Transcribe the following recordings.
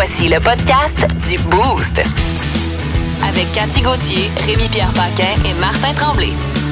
Voici le podcast du Boost. Avec Cathy Gauthier, Rémi-Pierre Paquin et Martin Tremblay.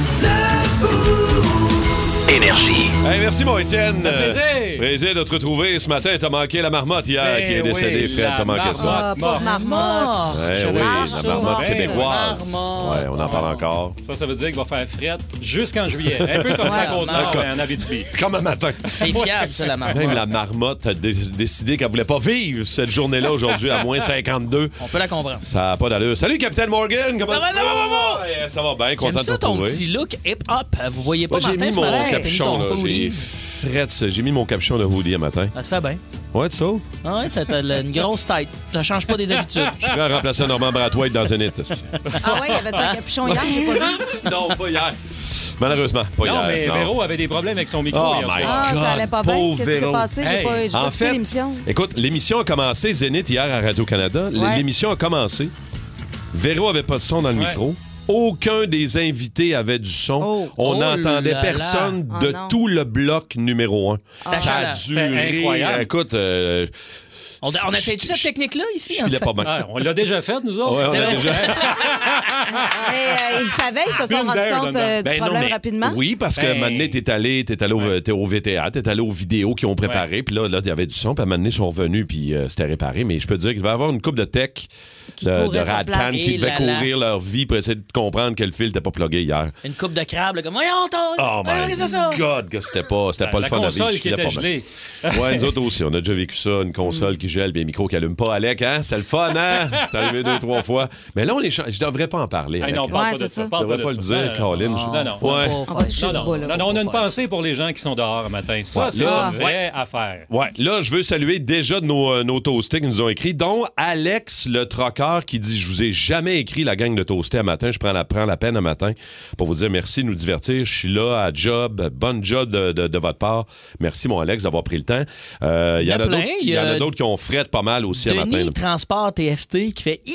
Énergie. Hey, merci, mon Étienne. Plaisir De te retrouver ce matin. T'as manqué la marmotte hier qui est décédée, Fred. T'as manqué ça. Pas marmotte. Oui, la marmotte québécoise. marmotte. Ouais, on en parle encore. Ça veut dire qu'il va faire fret jusqu'en juillet. Un peu comme ça à Côte-Nord, en Abitibi. Comme un matin. C'est fiable, ça, la marmotte. Même la marmotte a décidé qu'elle voulait pas vivre cette journée-là aujourd'hui à moins 52. On peut la comprendre. Ça n'a pas d'allure. Salut, Capitaine Morgan. Comment Ça va, ça va? Ouais, ça va bien, content J'aime de te ça, ton retrouver. petit look hip-hop. Vous voyez pas, Moi, j'ai Martin, mis ce mon matin? capuchon, T'as mis là. ton hoodie. J'ai mis mon capuchon de hoodie un matin. Ça te fait bien. Ouais, tu sauves? Ah ouais, t'as une grosse tête. Ça change pas des habitudes. Je suis prêt à remplacer Normand Brathwaite dans Zénith. Ah ouais, il avait un capuchon hier, j'ai pas vu. Non, pas hier. Malheureusement, pas hier. Non, mais Véro avait des problèmes avec son micro Oh hier my soir. Ah, God, ça allait pas bien. pauvre Qu'est-ce qui s'est Véro. passé? J'ai Hey, pas En écouté fait, l'émission. écoute, l'émission a commencé, Zénith, hier à Radio-Canada. Ouais. L'émission a commencé. Véro avait pas de son dans le Ouais. micro. Aucun des invités avait du son. Oh. On Oh n'entendait là là. personne Oh de non. tout le bloc numéro 1. C'était Ça a achalant. duré. C'était incroyable. Écoute, On essaie-tu cette technique-là ici? je filais pas bien. Ah, on l'a déjà fait, nous autres. Ouais, on C'est a vrai. déjà... Mais ils savaient, ils se sont Une rendus d'heure, compte là-dedans. du Ben non, problème mais rapidement. Oui, parce que Ben- maintenant, t'es au VTA, t'es allé aux vidéos qui ont préparé, puis là, il y avait du son, puis à un moment donné, ils sont revenus, puis c'était réparé. Mais je peux te dire qu'il va y avoir une couple de tech de couraient sur Radcan place. qui Et devaient là là. courir leur vie pour essayer de comprendre que le fil n'était pas plugué hier. Une coupe de crabe, là, comme voyons, Oh voyons, my qu'est-ce que c'est ça? God, que c'était pas le La fun à vivre. console Je qui filais était pas bien. gelée. Ouais, nous autres aussi, on a déjà vécu ça, une console qui gèle, puis un micro qui allume pas, Alec, hein? C'est le fun, hein? C'est arrivé 2-3 fois. Mais là, je devrais pas en parler. Hey, Alec. non, parle Ouais, pas de c'est ça. ça. Parle Je devrais pas pas de le ça. dire, Colin. Non. Faut Ouais. pas On faire va toucher ça. du bois, là. Non, on a une Faut pas pensée pour les gens qui sont dehors un matin. Ça, Ouais, c'est là, une vraie affaire. Ouais, là, je veux saluer déjà de nos toastés qui nous ont écrit, dont Alex, le troqueur, qui dit « Je vous ai jamais écrit, la gang de toastés à matin. Je prends la peine à matin pour vous dire merci de nous divertir. Je suis là à job. Bonne job de votre part. Merci, mon Alex, d'avoir pris le temps. Il y en a plein. d'autres- il y en a d'autres qui ont fret pas mal aussi à matin. Denis là. Transport TFT qui fait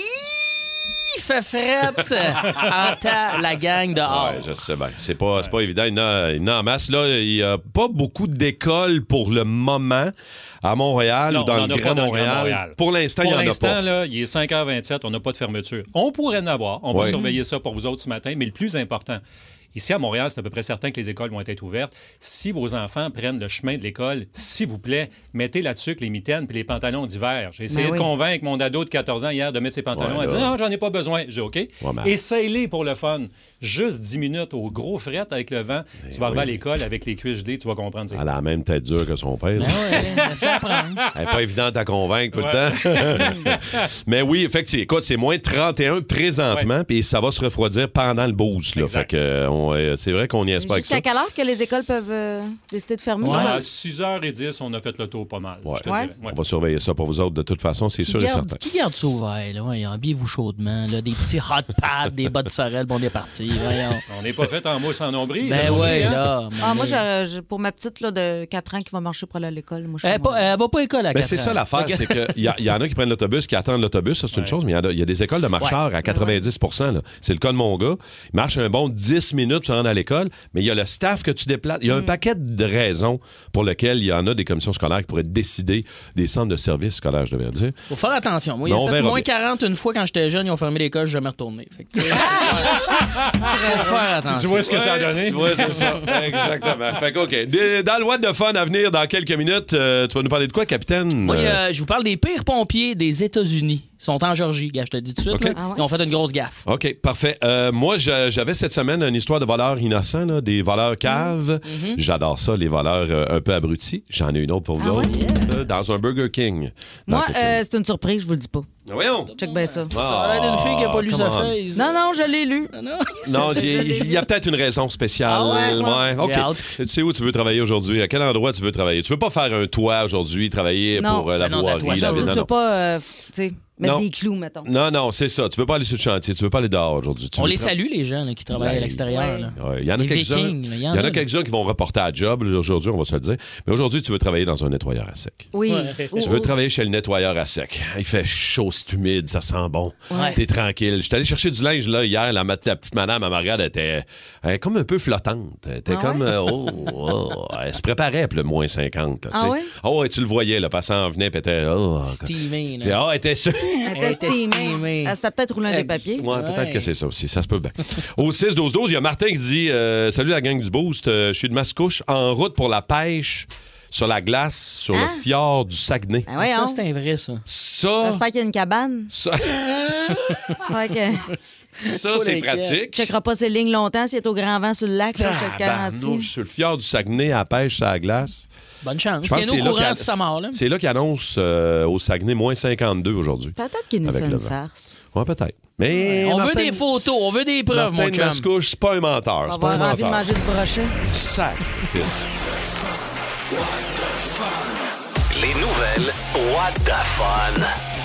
il fait frette entend la gang dehors. Ouais, je sais bien. C'est pas évident. Il y en a en masse. Là, il n'y a pas beaucoup d'écoles pour le moment à Montréal Non, ou dans on le en a pas Grand dans le Grand Montréal. Montréal. Pour l'instant, il n'y Pour en a l'instant, pas. là, il est 5h27, on n'a pas de fermeture. On pourrait en avoir. On va Ouais. surveiller ça pour vous autres ce matin. Mais le plus important, ici à Montréal, c'est à peu près certain que les écoles vont être ouvertes. Si vos enfants prennent le chemin de l'école, s'il vous plaît, mettez là-dessus les mitaines puis les pantalons d'hiver. J'ai essayé Ben de oui. convaincre mon ado de 14 ans hier de mettre ses pantalons. Ouais, Elle dit là. non, j'en ai pas besoin. J'ai dit OK. mais- Essaye-les pour le fun. Juste 10 minutes au gros fret avec le vent. Tu vas arriver à l'école avec les cuisses gelées, tu vas comprendre. Elle a la même tête dure que son père. Ben ouais, laisse-la prendre. Elle n'est pas évidente à convaincre tout le temps. Mais oui, effectivement. Écoute, c'est moins 31 présentement, puis ça va se refroidir pendant le boost. Là. Exact. Fait que c'est vrai qu'on n'y est pas avec ça. Jusqu'à quelle heure que les écoles peuvent décider de fermer? Ouais. À 6h10, on a fait le tour pas mal. Ouais. Je te Ouais. dirais. Ouais. On va surveiller ça pour vous autres de toute façon, c'est sûr et certain. Qui garde ça ouvert? Là? Ouais, habillez-vous chaudement. Là, des petits hot pads, des bas de sorel, bon, on est parti. Voyons. On n'est pas fait en mousse en nombril. Ben là, on ouais, est, hein? là. Ah, moi, pour ma petite là, de 4 ans qui va marcher pour aller à l'école, moi, je suis Elle va pas à l'école à Ben, 4 c'est ça ans. l'affaire, c'est qu'il y en a qui prennent l'autobus, qui attendent l'autobus, ça c'est une chose, mais il y a des écoles de marcheurs à 90 là. C'est le cas de mon gars. Il marche un bon 10 minutes pour se rendre à l'école, mais il y a le staff que tu déplaces. Il y a un paquet de raisons pour lesquelles il y en a des commissions scolaires qui pourraient décider des centres de services scolaires, je devrais dire. Faut faire attention. Moi, il Mais on a fait verra moins bien. 40 une fois quand j'étais jeune, ils ont fermé l'école, je suis jamais retourné. Fait que, tu sais, faut faire attention. Tu vois ce que ça a donné? Tu vois, c'est ça. Exactement. Fait que, OK. Dans le What de Fun à venir dans quelques minutes, tu vas nous parler de quoi, capitaine? Moi, je vous parle des pires pompiers des États-Unis. Ils sont en Georgie, gars, je te le dis tout de suite. OK. là. Ah ouais? Ils ont fait une grosse gaffe. OK, parfait. Moi, j'avais cette semaine une histoire de voleurs innocents, là, des voleurs caves. J'adore ça, les voleurs un peu abrutis. J'en ai une autre pour vous Ah autres. ouais? Dans un Burger King. Dans Moi, quelques minutes. c'est une surprise, je vous le dis pas. Voyons. Check bien ça. Ça a l'air d'une fille qui n'a pas lu sa come on. feuille. Non, non, je l'ai lu. Non, il y a peut-être une raison spéciale. Ah ouais? Ouais, OK. J'ai hâte. Tu sais où tu veux travailler aujourd'hui? À quel endroit tu veux travailler? Tu veux pas faire un toit aujourd'hui, travailler Non. pour la Ben non, la voirie? toit, Je non, veux non. pas, tu sais, mettre Non. des clous, mettons. Non, c'est ça. Tu veux pas aller sur le chantier. Tu veux pas aller dehors aujourd'hui. Tu On veux les salue, les gens là, qui travaillent Ouais. à l'extérieur. Ouais. là. Ouais, il y en a Les quelques-uns. Vikings, là, Il y en a quelques-uns qui vont reporter à job là, aujourd'hui, on va se le dire. Mais aujourd'hui, tu veux travailler dans un nettoyeur à sec. Oui. Ouais. Tu veux travailler chez le nettoyeur à sec. Il fait chaud c'est humide, ça sent bon. Ouais. T'es tranquille. J'étais allé chercher du linge là hier. La petite madame, elle me regarde, elle était comme un peu flottante. Elle était comme, elle se préparait pour le moins 50. Là, Ah oui? Oh, ouais, tu le voyais, là, passant en venait, puis elle était... Steamé, Puis, là. elle était sûre. Elle était steamée. Elle s'était peut-être roulé un des papiers. Ouais, peut-être que c'est ça aussi. Ça se peut bien. Au 6-12-12, il y a Martin qui dit Salut la gang du Boost, je suis de Mascouche en route pour la pêche sur la glace sur le fjord du Saguenay. Ah ouais, Ça, c'est un vrai, ça. Ça, J'espère qu'il y a une cabane. J'espère que ça c'est pratique. tu checkeras pas ces lignes longtemps s'il est au grand vent sur le lac. Là, je te le garantis. Tabarnouche, sur le fjord du Saguenay à la pêche sur la glace. Bonne chance. Je pense Tiens-nous que au courant si ça mord, là. c'est là qu'il annonce au Saguenay moins 52 aujourd'hui. Peut-être qu'il nous Avec fait le une vent. farce. Ouais, peut-être. Mais On veut Martin- des photos, on veut des preuves, Martin mon de chum. Mascouche, c'est pas un menteur. On C'est va pas un avoir envie de menteur. manger du brochet. Sacrifice. Les nouvelles What the Fun.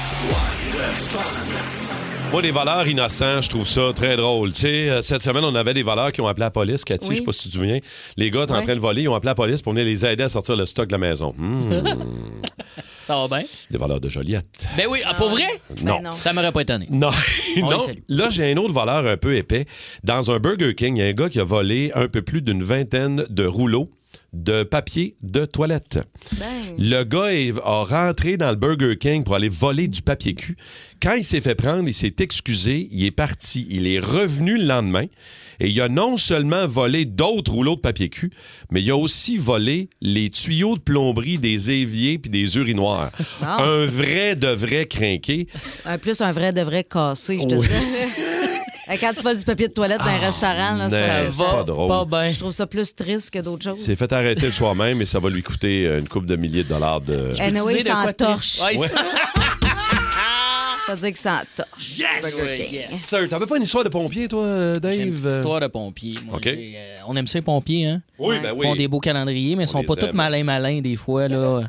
Moi, les voleurs innocents, je trouve ça très drôle. Tu sais, cette semaine, on avait des voleurs qui ont appelé la police. Cathy, Oui. je sais pas si tu te souviens. Les gars étaient en Oui. train de voler, ils ont appelé la police pour venir les aider à sortir le stock de la maison. Ça va bien? Les voleurs de Joliette. Ben oui, pour vrai? Non. non. Ça m'aurait pas étonné. Non, On non. les salue. Là, j'ai un autre voleur un peu épais. Dans un Burger King, il y a un gars qui a volé un peu plus d'une vingtaine de rouleaux de papier de toilette. Ben. Le gars a rentré dans le Burger King pour aller voler du papier cul. Quand il s'est fait prendre, il s'est excusé, il est parti. Il est revenu le lendemain et il a non seulement volé d'autres rouleaux de papier cul, mais il a aussi volé les tuyaux de plomberie des éviers puis des urinoirs. Ah. Un vrai de vrai crinqué. Plus un vrai de vrai cassé, je te Oui. dis. Quand tu voles du papier de toilette dans un restaurant, là, non, ça c'est Ça pas va drôle. pas bien. je trouve ça plus triste que d'autres choses. Il s'est fait arrêter le soir même et ça va lui coûter une couple de milliers de dollars de... Anyway, Tu dis de ça quoi en torche. Ouais, ça- Ça veut dire que ça en torche. Sir, t'avais pas une histoire de pompier, toi, Dave? J'ai une petite histoire de pompiers. Moi, OK. on aime ça, les pompiers, hein? Oui, Ouais. ben Ils font des beaux calendriers, mais ils sont les pas tous aime. malins, des fois, là.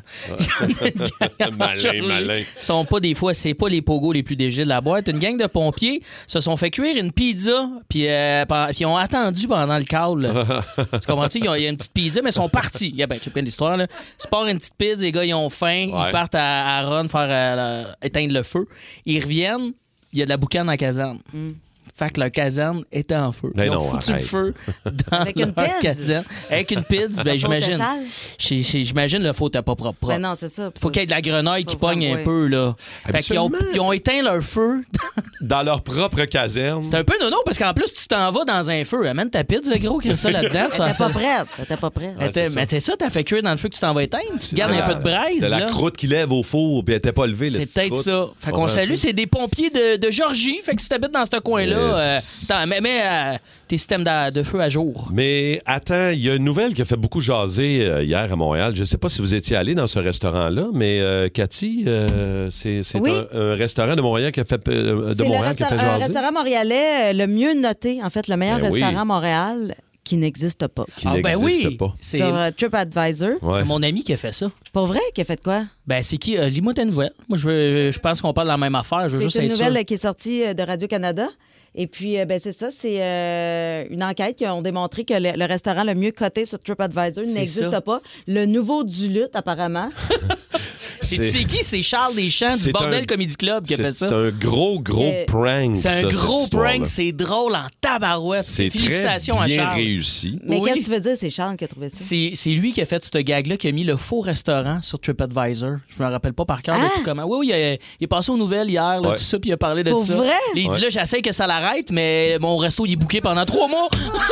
Malin. Ils sont pas des fois, c'est pas les pogos les plus légers de la boîte. Une gang de pompiers se sont fait cuire une pizza, puis ils ont attendu pendant le call. là. Tu comprends-tu? Il y a une petite pizza, mais ils sont partis. Ben, tu connais l'histoire, là. Tu pars une petite pizza, les gars, ils ont faim, Ouais. ils partent à Ron faire éteindre le feu. Ils reviennent, il y a de la boucane dans la caserne. Fait que la caserne était en feu. Ben Ils ont non, foutu arrête. le feu dans Avec une leur pizza? caserne. Avec une pizza, ben, La faute est j'imagine. sale? J'imagine le faux t'as pas propre. Ben non, c'est ça. Faut qu'il y ait de la grenouille qui Faut pogne vraiment, un peu, là. Fait qu'ils ont, Absolument. ils ont éteint leur feu. Dans leur propre caserne. C'est un peu nono parce qu'en plus, tu t'en vas dans un feu. Amène ta pizza, gros, qu'il y a ça là-dedans. tu vas T'étais pas faire- prête. T'étais pas prête. Ouais, c'est ça. Mais c'est ça, t'as fait cuire dans le feu que tu t'en vas éteindre. Tu gardes un peu de braise. De la là. croûte qui lève au four, puis elle était pas levée. le C'est petit peut-être croûte. ça. Fait qu'on Comprends-tu? salue, c'est des pompiers de Georgie. Fait que si t'habites dans ce coin-là, Yes. mets tes systèmes de feu à jour. Mais attends, il y a une nouvelle qui a fait beaucoup jaser hier à Montréal. Je ne sais pas si vous étiez allé dans ce restaurant-là, mais Cathy, c'est Oui. un restaurant de Montréal qui a fait, C'est un jaser. restaurant montréalais le mieux noté, en fait, le meilleur Ben oui. restaurant à Montréal qui n'existe pas. Qui Ah, ben n'existe oui! pas. C'est Sur TripAdvisor. Ouais. c'est mon ami qui a fait ça. Pour vrai, qui a fait quoi? Ben, c'est qui? Lis-moi ta nouvelle. Moi, je pense qu'on parle de la même affaire. Je veux juste C'est une être nouvelle sûr. qui est sortie de Radio-Canada. Et puis, ben, c'est ça, c'est une enquête qui ont démontré que le restaurant le mieux coté sur TripAdvisor C'est n'existe ça. pas. Le nouveau du lutte, apparemment. C'est qui? C'est Charles Deschamps du C'est Bordel un- Comedy Club qui a fait ça. C'est un gros prank. C'est un ça, gros cette histoire-là. prank, c'est drôle en tabarouette. C'est Félicitations très à bien Charles. réussi. Mais Oui. qu'est-ce que tu veux dire? C'est Charles qui a trouvé ça. C'est lui qui a fait ce gag-là, qui a mis le faux restaurant sur TripAdvisor. Je me rappelle pas par cœur de Ah! tout comment. Oui, il est passé aux nouvelles hier, là, Ouais. tout ça, puis il a parlé de Pour ça. vrai? Là, il dit Ouais. là, j'essaie que ça l'arrête, mais mon resto, il est booké pendant 3 mois.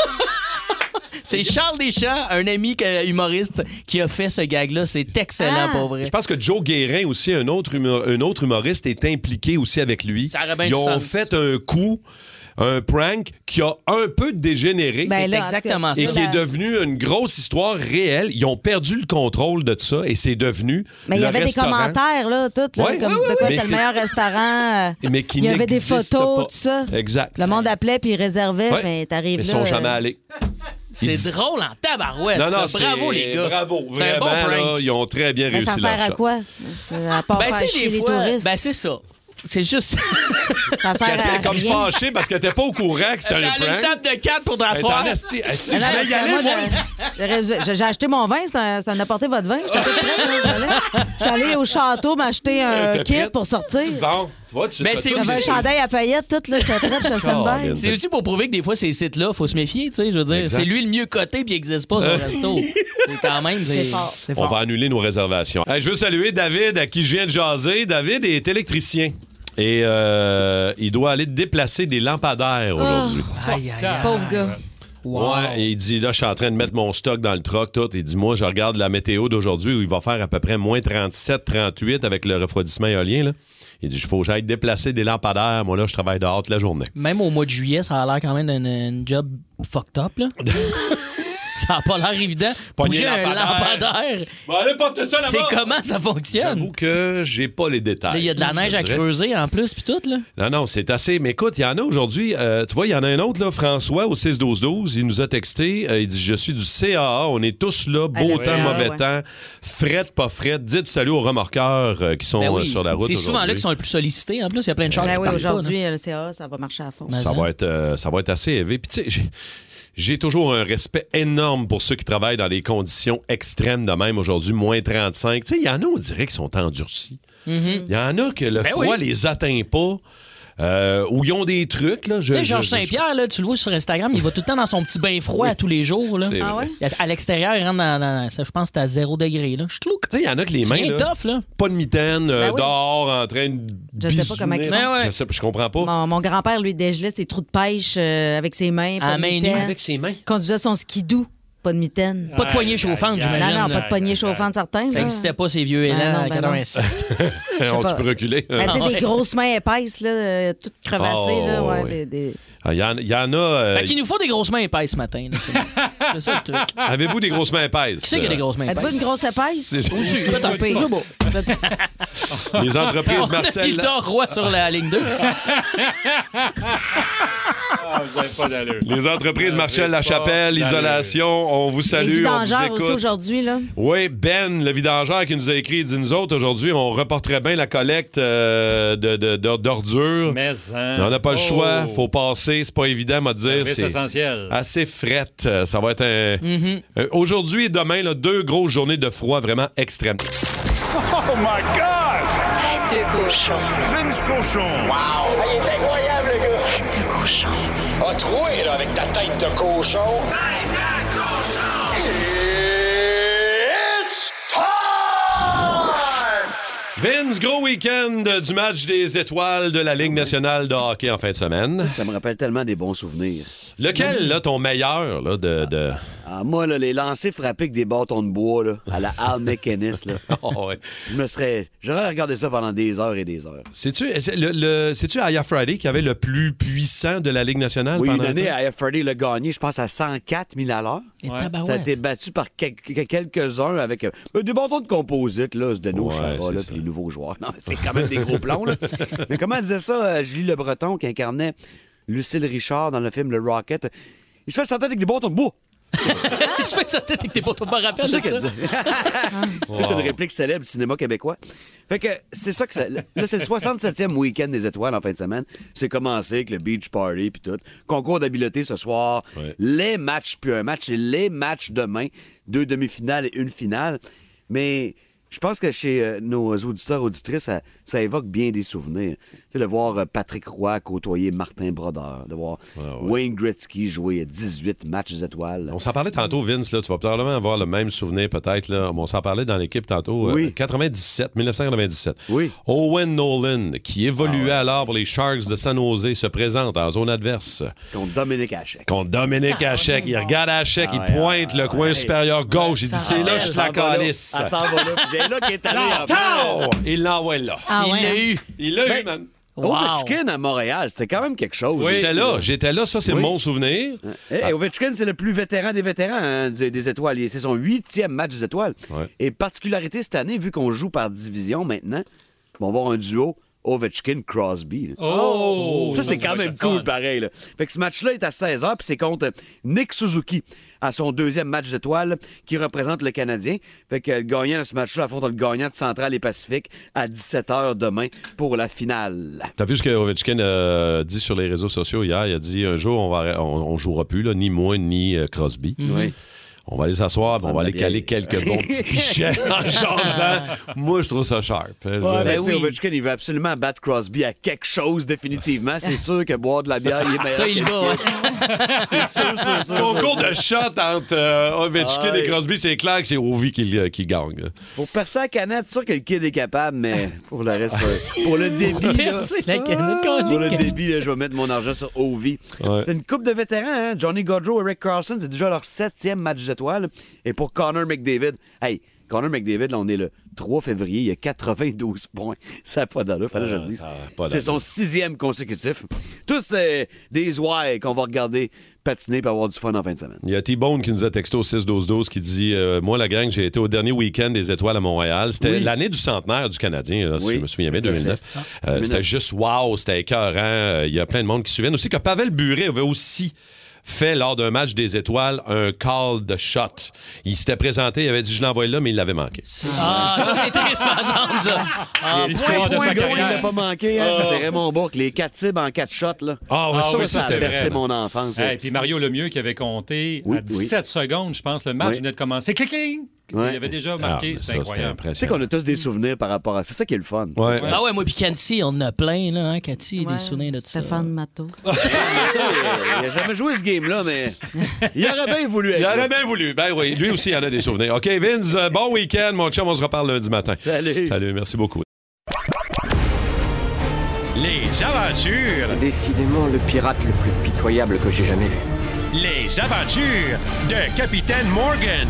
C'est Charles Deschamps, un ami humoriste, qui a fait ce gag-là. C'est excellent, Ah! pour vrai. Je pense que Joe Guérin aussi, un autre humoriste, est impliqué aussi avec lui. Ça aurait bien Ils du ont sens. fait un coup, un prank qui a un peu dégénéré. Ben C'est là, en tout exactement cas, et ça. qui est la- devenu une grosse histoire réelle. Ils ont perdu le contrôle de ça et c'est devenu Mais il y le avait restaurant, des commentaires, là, tout, là, Ouais, comme oui, de quoi mais c'est le c'est- meilleur restaurant. mais qui Il y avait des n'existe photos, pas. tout ça. Exact. Le monde appelait puis il réservait, Ouais. mais t'arrives Ils là. sont jamais allés. C'est Il dit- drôle en tabarouette, Non, non, ça. Bravo, les gars. Bravo. C'est un Vraiment, bon prank. là, ils ont très bien Mais réussi ça leur sert à shot. quoi? C'est à part Ben, faire tu sais, chier des les fois, touristes. ben, c'est ça. C'est juste. Ça sert Cathy, elle à est comme rien. fâchée parce qu'elle n'était pas au courant que c'était Elle un a une prank. table de 4 pour Elle était t'asseoir. en esti. Esti, Ah je non, voulais y parce que aller, moi, moi. j'ai acheté mon vin, c'est un apporté votre vin. J'étais toute prête, là, j'allais. J'étais allée au château m'acheter un T'es kit prête? pour sortir. Bon. Tu vois, tu Mais fais c'est tout. J'avais un aussi- chandail à paillettes, tout, là, j'étais prête, j'étais stand-by. C'est aussi pour prouver que des fois, ces sites-là, faut se méfier, tu sais. Je veux dire, Exact. c'est lui le mieux coté puis il n'existe pas sur le resto. C'est quand même. C'est fort. C'est On fort. va annuler nos réservations. Hey, je veux saluer David, à qui je viens de jaser. David est électricien. Et il doit aller déplacer des lampadaires aujourd'hui. Aïe, aïe, aïe. Pauvre gars. Wow. Ouais, et il dit, là, je suis en train de mettre mon stock dans le truck, tout. Il dit, moi, je regarde la météo d'aujourd'hui où il va faire à peu près moins 37, 38 avec le refroidissement éolien, là. Il dit, il faut que j'aille déplacer des lampadaires. Moi, là, je travaille dehors toute la journée. Même au mois de juillet, ça a l'air quand même d'un job fucked up, là. Ça n'a pas l'air évident. Pogner Bouger un lampadaire. lampadaire, Bon, allez, porte ça c'est comment ça fonctionne? J'avoue que j'ai pas les détails. Là, il y a de la je neige à dirais. creuser en plus, puis tout, là. Non, c'est assez. Mais écoute, il y en a aujourd'hui. Tu vois, il y en a un autre, là, François, au 6-12-12. Il nous a texté. Il dit, je suis du CAA. On est tous là. Beau le temps, CAA, mauvais ouais. temps. Fret, pas fret. Dites salut aux remorqueurs qui sont Ben oui. sur la route C'est souvent là aujourd'hui. qu'ils sont le plus sollicités. En plus, il y a plein de chars Ben qui oui, partent aujourd'hui, le CA, ça va marcher à fond. Mais Ça va être assez élevé. Puis, tu sais, j'ai toujours un respect énorme pour ceux qui travaillent dans des conditions extrêmes de même aujourd'hui, moins 35. Tu sais, il y en a, on dirait, qui sont endurcis. Il y en a que le froid oui. les atteint pas. Où ils ont des trucs, là. Tu sais, Georges Saint-Pierre, là, tu le vois sur Instagram, il va tout le temps dans son petit bain froid à tous les jours. Là. C'est Ah vrai. ouais? À l'extérieur, il rentre dans ça, je pense que c'est à 0 degré. Là. Je trouve que Tu sais, il y en a que les mains, c'est là, tough, là. pas de mitaine, Ben oui. dehors, en train de Je sais pas comment ils bisouner. font. Ouais, ouais. Je sais pas, je comprends pas. Mon grand-père, lui, dégelait ses trous de pêche avec ses mains, À pas de main nue. mitaine. Avec ses mains. Conduisait son skidoo, pas de mitaine. Pas de poignée chauffante, Non, j'imagine. non, pas de poignée chauffante, certains. Ça là. n'existait pas, ces vieux Ah, élans non, en ben 87. Oh, pas. tu peux reculer. Ben, tu sais, ouais. des grosses mains épaisses, là, toutes crevassées. Oh, là, ouais, oui. des- Il y en a. Fait qu'il nous faut des grosses mains épaisses ce matin. là. C'est ça le truc. Avez-vous des grosses mains épaisses? Qui c'est qui a des grosses mains Êtes-vous épaisses? une grosse épaisse? C'est- Aussi, C'est peut-être. pas pire. C'est beau. Les entreprises On a Marcel. Gilda Roy sur la ligne 2. Ah, vous avez pas d'allure. Les entreprises Marcel Lachapelle, pas Isolation, on vous Les salue, on vous vidangeurs aussi écoute. aujourd'hui, là. Oui, Ben, le vidangeur qui nous a écrit, il dit nous autres, aujourd'hui, on reporterait bien la collecte d'ordures. Mais Mais on n'a pas le choix, faut passer, c'est pas évident, m'a dire. C'est essentiel. Assez frette. Ça va être un. Aujourd'hui et demain, là, 2 grosses journées de froid vraiment extrêmes. Oh my God! Tête de cochon. Vince Cochon! Wow! Il est incroyable, le gars! Tête de cochon. A troué, là, avec ta tête de cochon. Tête de cochon! It's time! Vince, gros week-end du match des étoiles de la Ligue nationale de hockey en fin de semaine. Ça me rappelle tellement des bons souvenirs. Lequel, là, ton meilleur, là, de... Ah, moi, là, les lancers frappés avec des bâtons de bois, là, à la Al McInnes, là, Oh, ouais. j'aurais regardé ça pendant des heures et des heures. C'est-tu Aya Friday qui avait le plus puissant de la Ligue nationale Oui, pendant une année, un temps? Aya Friday l'a gagné, je pense, à 104 000 à l'heure. Et Ouais. Ça a tabarouette. été battu par quelques-uns avec des bâtons de composite, là, de nos Ouais, Chara, c'est là, ça. puis les nouveaux joueurs. Non, c'est quand même des gros plombs, là. Mais comment elle disait ça, Julie Le Breton, qui incarnait Lucille Richard dans le film Le Rocket? Il se fait sortir avec des bâtons de bois. Il se fait ça tête avec tes potos. Je me C'est rappelle ça de qu'elle ça. disait. C'est une réplique célèbre du cinéma québécois. Fait que c'est ça que ça. Là, c'est le 67e week-end des étoiles en fin de semaine. C'est commencé avec le beach party puis tout. Concours d'habileté ce soir. Ouais. Les matchs, puis un match, et les matchs demain. 2 demi-finales et une finale. Mais je pense que chez nos auditeurs, auditrices, ça évoque bien des souvenirs. Tu sais, de voir Patrick Roy côtoyer Martin Brodeur, de voir Wayne Gretzky jouer 18 matchs des étoiles. On s'en parlait tantôt, Vince, là, tu vas probablement avoir le même souvenir peut-être. Là. On s'en parlait dans l'équipe tantôt. Oui. 1997. Oui. Owen Nolan, qui évoluait alors pour les Sharks de San Jose, se présente en zone adverse Contre Dominique Hachek. contre Dominique Hachek. Il regarde Hachek, il ouais, pointe le coin supérieur gauche. Il dit, c'est là, je te la calisse. Elle s'en va là. Puis j'ai là qui est allé en plus. Oh! Il l'envoie là. Ah Il ouais, l'a hein? eu. Il l'a eu, Ben, man. Wow. Ovechkin à Montréal, c'était quand même quelque chose. J'étais là, ça c'est Oui. mon souvenir. Et Ovechkin, c'est le plus vétéran des vétérans hein, des étoiles. C'est son 8e match des étoiles. Ouais. Et particularité cette année, vu qu'on joue par division maintenant, on va avoir un duo Ovechkin-Crosby. là. Oh! Ça, c'est va quand même être le fun. cool, pareil. Là. Fait que ce match-là est à 16h, puis c'est contre Nick Suzuki à son 2e match d'étoiles qui représente le Canadien. Fait que le gagnant de ce match-là affronte le gagnant de Central et Pacifique à 17h demain pour la finale. T'as vu ce que Ovechkin a dit sur les réseaux sociaux hier? Il a dit un jour, on jouera plus, là, ni moi, ni Crosby. Oui. On va aller s'asseoir, on va aller caler quelques bons petits pichets en jasant. Moi, je trouve ça sharp. Ovechkin, il veut absolument battre Crosby à quelque chose, définitivement. C'est sûr que boire de la bière, il est meilleur. Ça, il va. C'est sûr. Concours de shot entre Ovechkin et Crosby, c'est clair que c'est Ovi qui gagne. Pour percer la canette, c'est sûr que le kid est capable, mais pour le reste, pour le débit, Percer la canette, pour le débit, là, je vais mettre mon argent sur Ovi. Ouais. C'est une couple de vétérans, hein? Johnny Gaudreau et Rick Carlson, c'est déjà leur 7e match d'étoiles. Et pour Connor McDavid, Connor McDavid, là, on est le 3 février, il a 92 points. Ça n'a pas d'allure, fallait que je le dise. C'est son 6e consécutif. Tous des ouailles qu'on va regarder patiner et avoir du fun en fin de semaine. Il y a T-Bone qui nous a texté au 6-12-12 qui dit moi, la gang, j'ai été au dernier week-end des Étoiles à Montréal. C'était l'année du centenaire du Canadien, là, si je me souviens bien, 2009. C'était juste wow, c'était écœurant. Il y a plein de monde qui se souviennent aussi que Pavel Bure avait aussi fait lors d'un match des Étoiles un call de shot. Il s'était présenté, il avait dit je l'envoie là, mais il l'avait manqué. Ah, ça, c'est triste, par exemple, ça. L'histoire de sa Il carrière. l'a pas manqué, hein? Ça, c'est Raymond Bourque, les 4 cibles en 4 shots. Là. Ça aussi, a c'était bercé vrai. mon enfance. Et puis Mario Lemieux qui avait compté Oui, à 17 secondes, je pense, le match venait de commencer. Clic-cling! Ouais. Il avait déjà marqué, c'est incroyable. Tu sais qu'on a tous des souvenirs par rapport à ça. C'est ça qui est le fun. Ouais. Ah ouais, moi puis Cathy, on en a plein, là, hein, Cathy, des souvenirs de tout ça. Stéphane Matteau. Il n'a jamais joué ce game-là, mais il aurait bien voulu être Il là. aurait bien voulu. Ben oui, lui aussi, il en a des souvenirs. OK, Vince, bon week-end, mon chum, on se reparle lundi matin. Salut. Salut, merci beaucoup. Les aventures, Décidément le pirate le plus pitoyable que j'ai jamais vu. les aventures de Capitaine Morgan.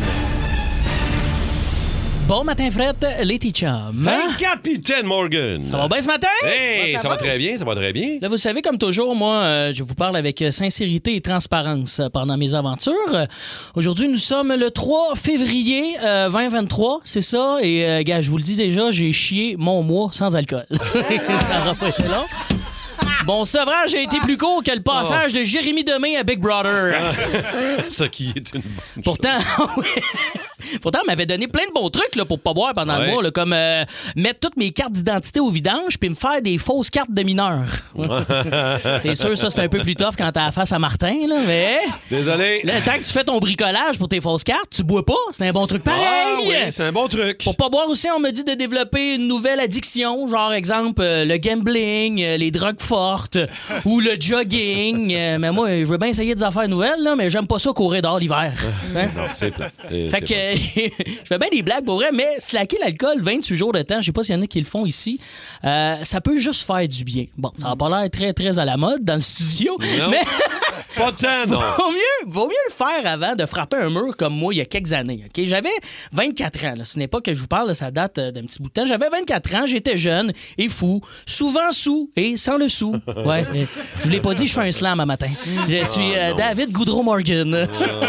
Bon matin, Fred, les chums. Hey, Capitaine Morgan! Ça va bien ce matin? Hey, ça va très bien, ça va très bien. Là, vous savez, comme toujours, moi, je vous parle avec sincérité et transparence pendant mes aventures. Aujourd'hui, nous sommes le 3 février 2023, c'est ça. Et, gars, je vous le dis déjà, j'ai chié mon mois sans alcool. Ça n'aura pas été long. Mon sevrage a été plus court que le passage de Jérémy Demé à Big Brother. Ça qui est une bonne Pourtant, Pourtant, on m'avait donné plein de bons trucs là, pour pas boire pendant le mois, là, comme mettre toutes mes cartes d'identité au vidange puis me faire des fausses cartes de mineur. C'est sûr, ça, c'est un peu plus tough quand t'as la face à Martin, là, mais... Désolé. Le temps que tu fais ton bricolage pour tes fausses cartes, tu bois pas. C'est un bon truc pareil. Ah oui, c'est un bon truc. Pour pas boire aussi, on me dit de développer une nouvelle addiction, genre, exemple, le gambling, les drogues fortes ou le jogging. Mais moi, je veux bien essayer des affaires nouvelles, là, mais j'aime pas ça courir dehors l'hiver. Hein? Non, c'est plat. Fait que je fais bien des blagues pour vrai, mais slacker l'alcool 28 jours de temps, je sais pas s'il y en a qui le font ici, ça peut juste faire du bien. Bon, ça n'a pas l'air très, très à la mode dans le studio, non. mais... Pas tant, non. Vaut mieux le faire avant de frapper un mur comme moi il y a quelques années. Okay? J'avais 24 ans. Là. Ce n'est pas que je vous parle, là, ça date d'un petit bout de temps. J'avais 24 ans, j'étais jeune et fou, souvent sous et sans le sou. Ouais, je vous l'ai pas dit, je fais un slam à matin. Je suis David Goudreau-Morgan.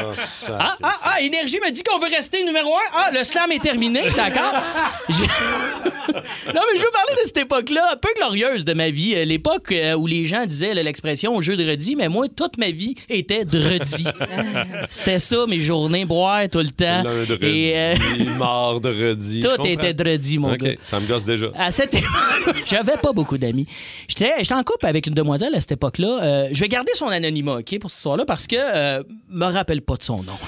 Énergie me dit qu'on veut rester numéro 1. Ah, le slam est terminé, d'accord? Non, mais je veux parler de cette époque-là, un peu glorieuse de ma vie. L'époque où les gens disaient l'expression « jeu de redis », mais moi, toute ma vie était de redis. C'était ça, mes journées, boire tout le temps. Lundi, mardi. Tout était de redis, mon gars. OK, ça me gosse déjà. À cette époque, j'avais pas beaucoup d'amis. J'étais en couple avec une demoiselle à cette époque-là. Je vais garder son anonymat, OK, pour cette histoire-là, parce que me rappelle pas de son nom.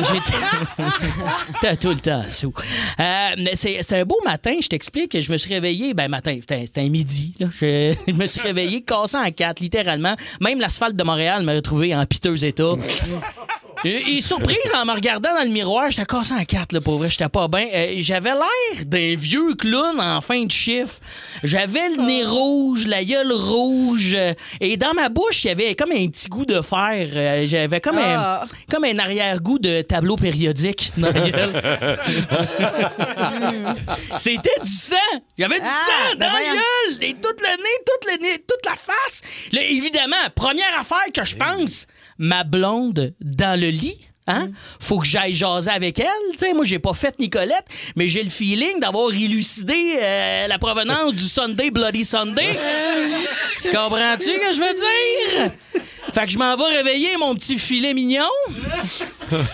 J'étais tout le temps sous. Mais c'est un beau matin, je t'explique. Je me suis réveillé, c'était un midi. Là. Je me suis réveillé cassé en quatre, littéralement. Même l'asphalte de Montréal m'a retrouvé en piteux état. Et surprise, en me regardant dans le miroir, j'étais cassé en quatre, là, pour vrai, j'étais pas bien. J'avais l'air d'un vieux clown en fin de chiffre. J'avais le nez rouge, la gueule rouge. Et dans ma bouche, il y avait comme un petit goût de fer. J'avais comme un arrière-goût de tableau périodique dans la gueule. C'était du sang! J'avais du sang dans la gueule! Et tout le nez, toute la face. Là, évidemment, première affaire que je pense, ma blonde dans le lit. Hein? Faut que j'aille jaser avec elle. T'sais, moi, j'ai pas fait Nicolette, mais j'ai le feeling d'avoir élucidé la provenance du Sunday Bloody Sunday. Tu comprends-tu ce que je veux dire? Fait que je m'en vais réveiller mon petit filet mignon.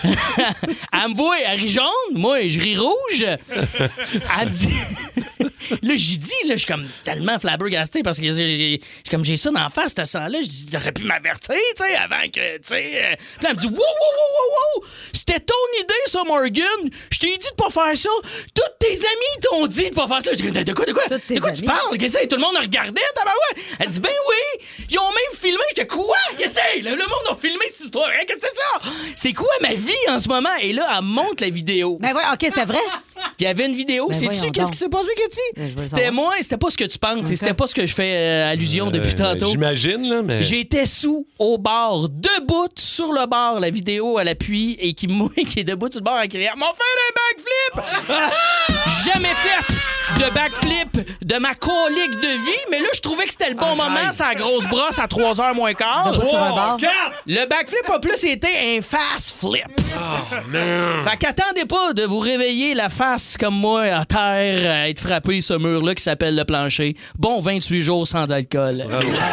Elle me voit, elle rit jaune. Moi, je ris rouge. Elle me dit... Là, j'y dis, là, je suis comme tellement flabbergasté parce que j'ai ça d'en face, ce sang-là. Je dis, t'aurais pu m'avertir, tu sais, avant que, tu sais. Puis là, elle me dit, wow! C'était ton idée, ça, Morgan. Je t'ai dit de pas faire ça. Tous tes amis t'ont dit de pas faire ça. Je dis, de quoi? De quoi tu parles? Qu'est-ce que tout le monde a regardé? Elle dit, ben oui. Ils ont même filmé. Je dis, quoi? Qu'est-ce que c'est? Le monde a filmé cette histoire. Qu'est-ce que c'est ça? C'est quoi ma vie en ce moment? Et là, elle montre la vidéo. Ben ouais, OK, c'était vrai. Il y avait une vidéo. Ben Sais-tu qu'est-ce qui s'est passé, Cathy? C'était moi et c'était pas ce que tu penses. Okay. C'était pas ce que je fais allusion depuis tantôt. J'imagine, là, mais... J'étais sous au bar, debout sur le bar, la vidéo à l'appui, et qui est debout sur le bar à crier « M'en fait un backflip! » Jamais fait de backflip de ma colique de vie, mais là, je trouvais que c'était le bon moment, sa grosse brosse à 3h moins quart. Le backflip a plus été un fast flip. Fait qu'attendez pas de vous réveiller la face comme moi à terre, à être frappé ce mur-là qui s'appelle le plancher. Bon 28 jours sans alcool.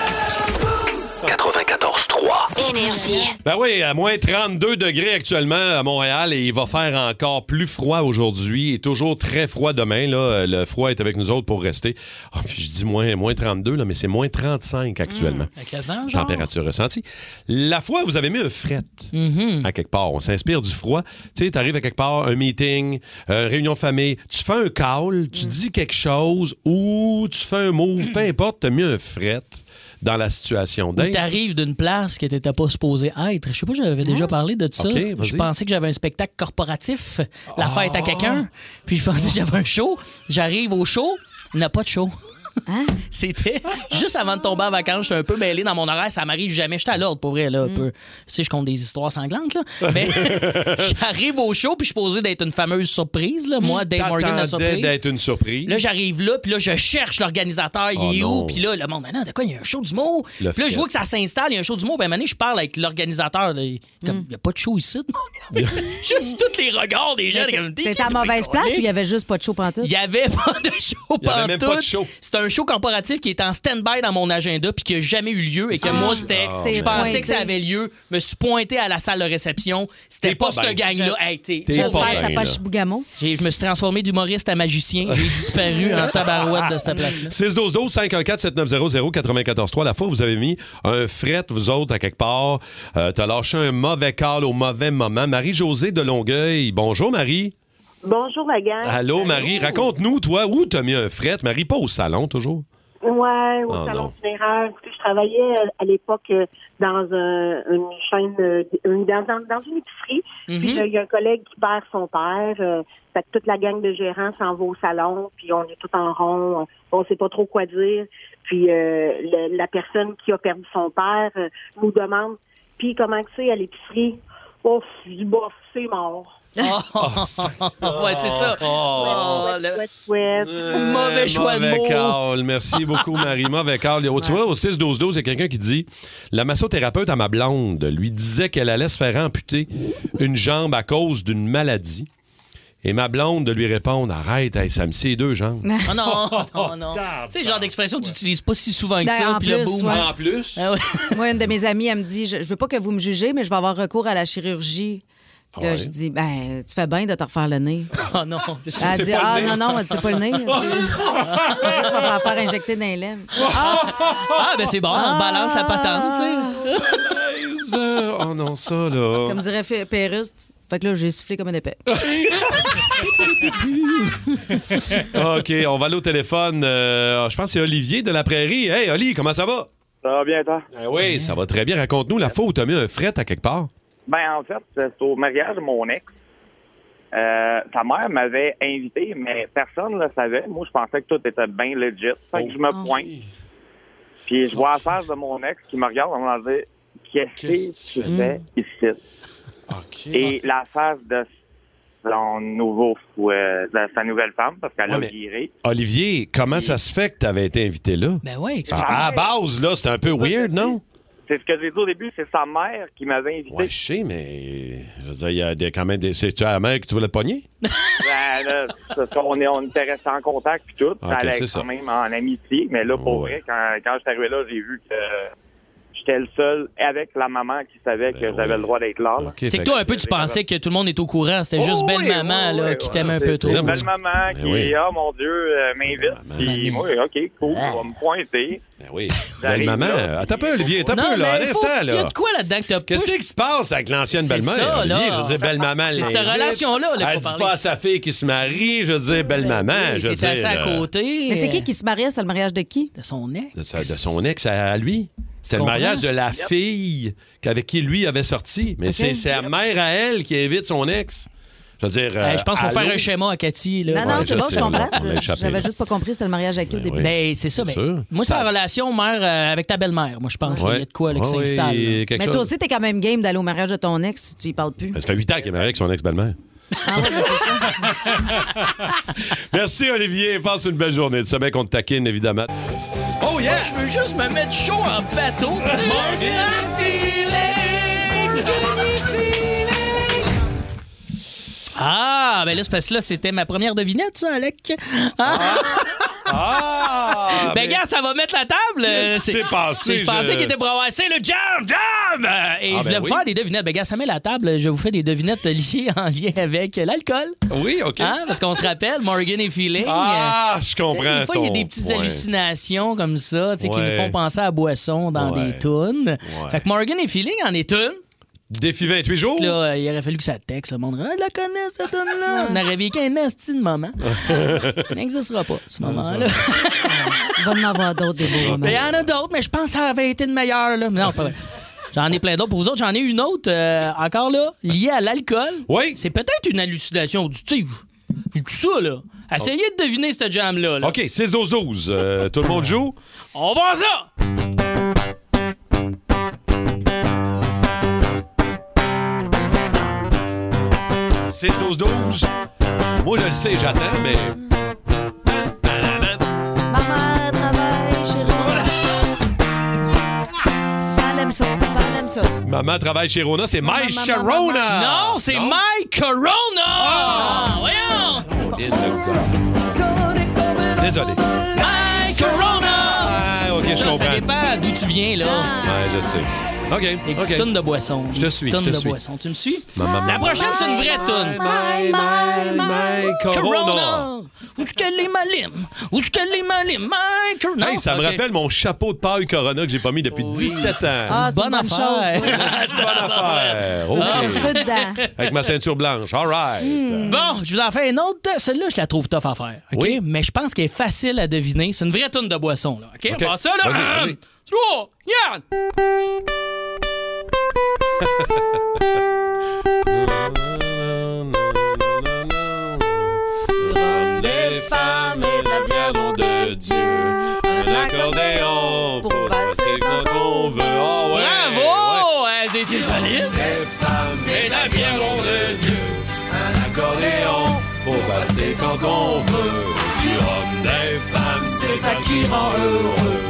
94.3. Énergie. Ben oui, à moins 32 degrés actuellement à Montréal et il va faire encore plus froid aujourd'hui et toujours très froid demain. Là. Le froid est avec nous autres pour rester. Oh, puis je dis moins 32, là, mais c'est moins 35 actuellement. Température ressentie. La fois, vous avez mis un fret à quelque part. On s'inspire du froid. Tu sais, t'arrives à quelque part, un meeting, réunion de famille, tu fais un call, tu dis quelque chose ou tu fais un move, peu importe, t'as mis un fret dans la situation. Tu arrives d'une place que tu n'étais pas supposé être. Je sais pas, j'avais déjà parlé de ça. Okay, je pensais que j'avais un spectacle corporatif, la fête à quelqu'un, puis je pensais que j'avais un show. J'arrive au show, il n'y a pas de show. Hein? C'était juste avant de tomber en vacances, j'étais un peu mêlé dans mon horaire, ça m'arrive jamais, j'étais à l'ordre pour vrai là, un peu. Tu sais, je compte des histoires sanglantes là, mais j'arrive au show puis je suis posé d'être une fameuse surprise là, moi Dave Morgan la surprise. D'être une surprise. Là j'arrive là puis là je cherche l'organisateur, il est où? Puis là le monde, non, de quoi, il y a un show d'humour. Puis là je vois que ça s'installe, il y a un show d'humour, ben maintenant je parle avec l'organisateur, là, comme il y a pas de show ici. Juste tous les regards des gens comme t'étais à mauvaise place ou il y avait juste pas de show pantoute? Il y avait pas de show pantoute. Il y avait même pas de show. C'était un show corporatif qui est en stand-by dans mon agenda puis qui n'a jamais eu lieu et que moi, je pensais que ça avait lieu. Je me suis pointé à la salle de réception. C'était pas cette gang-là. Hey, j'espère que t'as pas Chibougamau. Je me suis transformé d'humoriste à magicien. J'ai disparu en tabarouette de cette place-là. 612-12-514-7900-943. La fois où vous avez mis un fret, vous autres, à quelque part, t'as lâché un mauvais call au mauvais moment. Marie-Josée de Longueuil. Bonjour, Marie. Bonjour, la gang. Allô, Marie. Raconte-nous, toi, où t'as mis un fret? Marie, pas au salon, toujours? Ouais, au salon funéraire. Je travaillais à l'époque dans une chaîne, dans une épicerie. Puis il y a un collègue qui perd son père. Fait que toute la gang de gérants s'en va au salon. Puis on est tout en rond. On sait pas trop quoi dire. Puis la personne qui a perdu son père nous demande, puis comment que c'est à l'épicerie? Oh, je dis, bof, c'est mort. Ouais, c'est ça. Mauvais choix de mots. Call. Merci beaucoup, Marie. Mauvais call. Tu vois, au 6-12-12, il y a quelqu'un qui dit la massothérapeute à ma blonde lui disait qu'elle allait se faire amputer une jambe à cause d'une maladie. Et ma blonde de lui répondre arrête, hey, ça me scie 2 jambes. Oh non. Tu sais, genre d'expression que tu n'utilises pas si souvent que ça. Puis le boom. En plus. Ah ouais. Moi, une de mes amies, elle me dit je veux pas que vous me jugez, mais je vais avoir recours à la chirurgie. Là, je dis, ben, tu fais bien de te refaire le nez. Oh non. Elle dit, non, c'est pas le nez. Juste me faire injecter dans les lèvres. Ben c'est bon, on balance la patente, tu sais. Oh non, ça, là. Comme dirait Péruste. Fait que là, j'ai soufflé comme un épée. OK, on va aller au téléphone. Je pense que c'est Olivier de la Prairie. Hey, Oli, comment ça va? Ça va bien, toi? Oui, ça va très bien. Raconte-nous la fois où tu as mis un fret à quelque part. Ben, en fait, c'est au mariage de mon ex. Sa mère m'avait invité, mais personne ne le savait. Moi, je pensais que tout était bien legit. Fait que je me pointe. Puis je vois la face de mon ex qui me regarde en me disant « Qu'est-ce que tu fais ici? » Et la face de son sa nouvelle femme, parce qu'elle a viré. Olivier, comment ça se fait que tu avais été invité là? Ben oui. À la base, là, c'était un peu weird, non? C'est ce que j'ai dit au début, c'est sa mère qui m'avait invité. Ouais, je sais, mais je veux dire, il y a quand même des... C'est-tu à la mère que tu voulais te pogner? Ben là, on était restés en contact puis tout. Ça allait quand même en amitié. Mais là, pour vrai, quand je suis arrivé là, j'ai vu que j'étais le seul avec la maman qui savait que j'avais le droit d'être là. C'est que toi, un peu, tu pensais que tout le monde est au courant. C'était juste belle-maman qui t'aimait un peu trop. Belle-maman qui, oh mon Dieu, m'invite. Puis moi, OK, cool, on va me pointer. Ben oui. Belle-maman. Attends un peu, Olivier, attends un peu, là, à l'instant, là. Il y a de quoi là-dedans que t'as pas? Qu'est-ce qui se passe avec l'ancienne belle-mère? Ça, Olivier, là. je veux dire, belle-maman. C'est cette relation-là, elle dit pas à sa fille qui se marie, je veux dire, belle-maman. Oui, t'es assis à côté. Mais c'est qui se mariait? C'est le mariage de qui? De son ex. De son ex à lui. C'était le mariage de la fille avec qui lui avait sorti. Mais c'est sa mère à elle qui invite son ex. Je veux dire. Je pense qu'il faut faire un schéma à Cathy. Là. Non, c'est bon, je comprends. Échappé, J'avais juste pas compris c'était le mariage avec qui au début. Oui. Ben, c'est ça. Moi, c'est la relation mère avec ta belle-mère. Moi, je pense qu'il y a de quoi là, qui s'installe. Mais toi aussi, t'es quand même game d'aller au mariage de ton ex si tu y parles plus. Ça fait 8 ans qu'il est marié avec son ex-belle-mère. Ah oui, c'est ça. Merci, Olivier. Passe une belle journée. Tu sais bien qu'on te taquine, évidemment. Oh yeah! Je veux juste me mettre chaud en bateau. Ah, ben là, c'est parce que là, c'était ma première devinette, ça, Alec. Ben, gars, ça va mettre la table. Qu'est-ce qui s'est passé? Je pensais qu'il était pour avoir. C'est le jam! Et je voulais vous faire des devinettes. Ben, gars, ça met la table. Je vous fais des devinettes liées en lien avec l'alcool. Oui, OK. Parce qu'on se rappelle, Morgan et Feeling. Je comprends. Des fois, il y a des petites hallucinations comme ça, qui nous font penser à la boisson dans des tunes. Fait que Morgan et Feeling en est une. Défi 28 jours. Là, il aurait fallu que ça texte. Le monde, la connaît, cette tune-là. On aurait vécu un esti de moment. Ça n'existera pas, ce moment-là. Il va en avoir d'autres, des beaux moments. Il y en a d'autres, mais je pense que ça avait été le meilleur. Là. Non, pas vrai. J'en ai plein d'autres. Pour vous autres, j'en ai une autre, encore là, liée à l'alcool. Oui. C'est peut-être une hallucination. Tu sais, tout ça, là. Essayez de deviner cette jam-là. Là. OK, 6-12-12. Tout le monde joue? On va ça! 6-12-12. Moi, je le sais, j'attends, mais... Maman travaille chez Rona. Elle aime ça. Elle aime ça. Maman travaille chez Rona, c'est My Sharona. Non, c'est My Corona. Voyons. Désolé. My Corona. OK, je comprends. Ça dépend d'où tu viens, là. Ouais, je sais. OK. Des petites tonnes de boissons. Je te suis, je te suis. Boissons. Tu me suis? Maman. La prochaine, c'est une vraie toune. My Corona. Où est-ce qu'elle est ma lime? Où est-ce qu'elle est ma lime? My Corona. Hey, ça me rappelle mon chapeau de paille Corona que j'ai pas mis depuis 17 ans. Ah, c'est une bonne chose. C'est une bonne affaire. OK. Feu dedans. Avec ma ceinture blanche. All right. Bon, je vous en fais une autre. Celle-là, je la trouve tough à faire. OK? Oui. Mais je pense qu'elle est facile à deviner. C'est une vraie toune de boisson. Là. OK? On va ça, là. Vas-y. 3, Yann! Des femmes et de la bière, nom de Dieu. Un accordéon pour passer quand on veut. Oh, ouais. Bravo! Elles étaient solides. Des femmes et de la bière, nom de Dieu. Un accordéon pour passer quand on veut. Du rhum, des femmes, c'est ça qui rend heureux.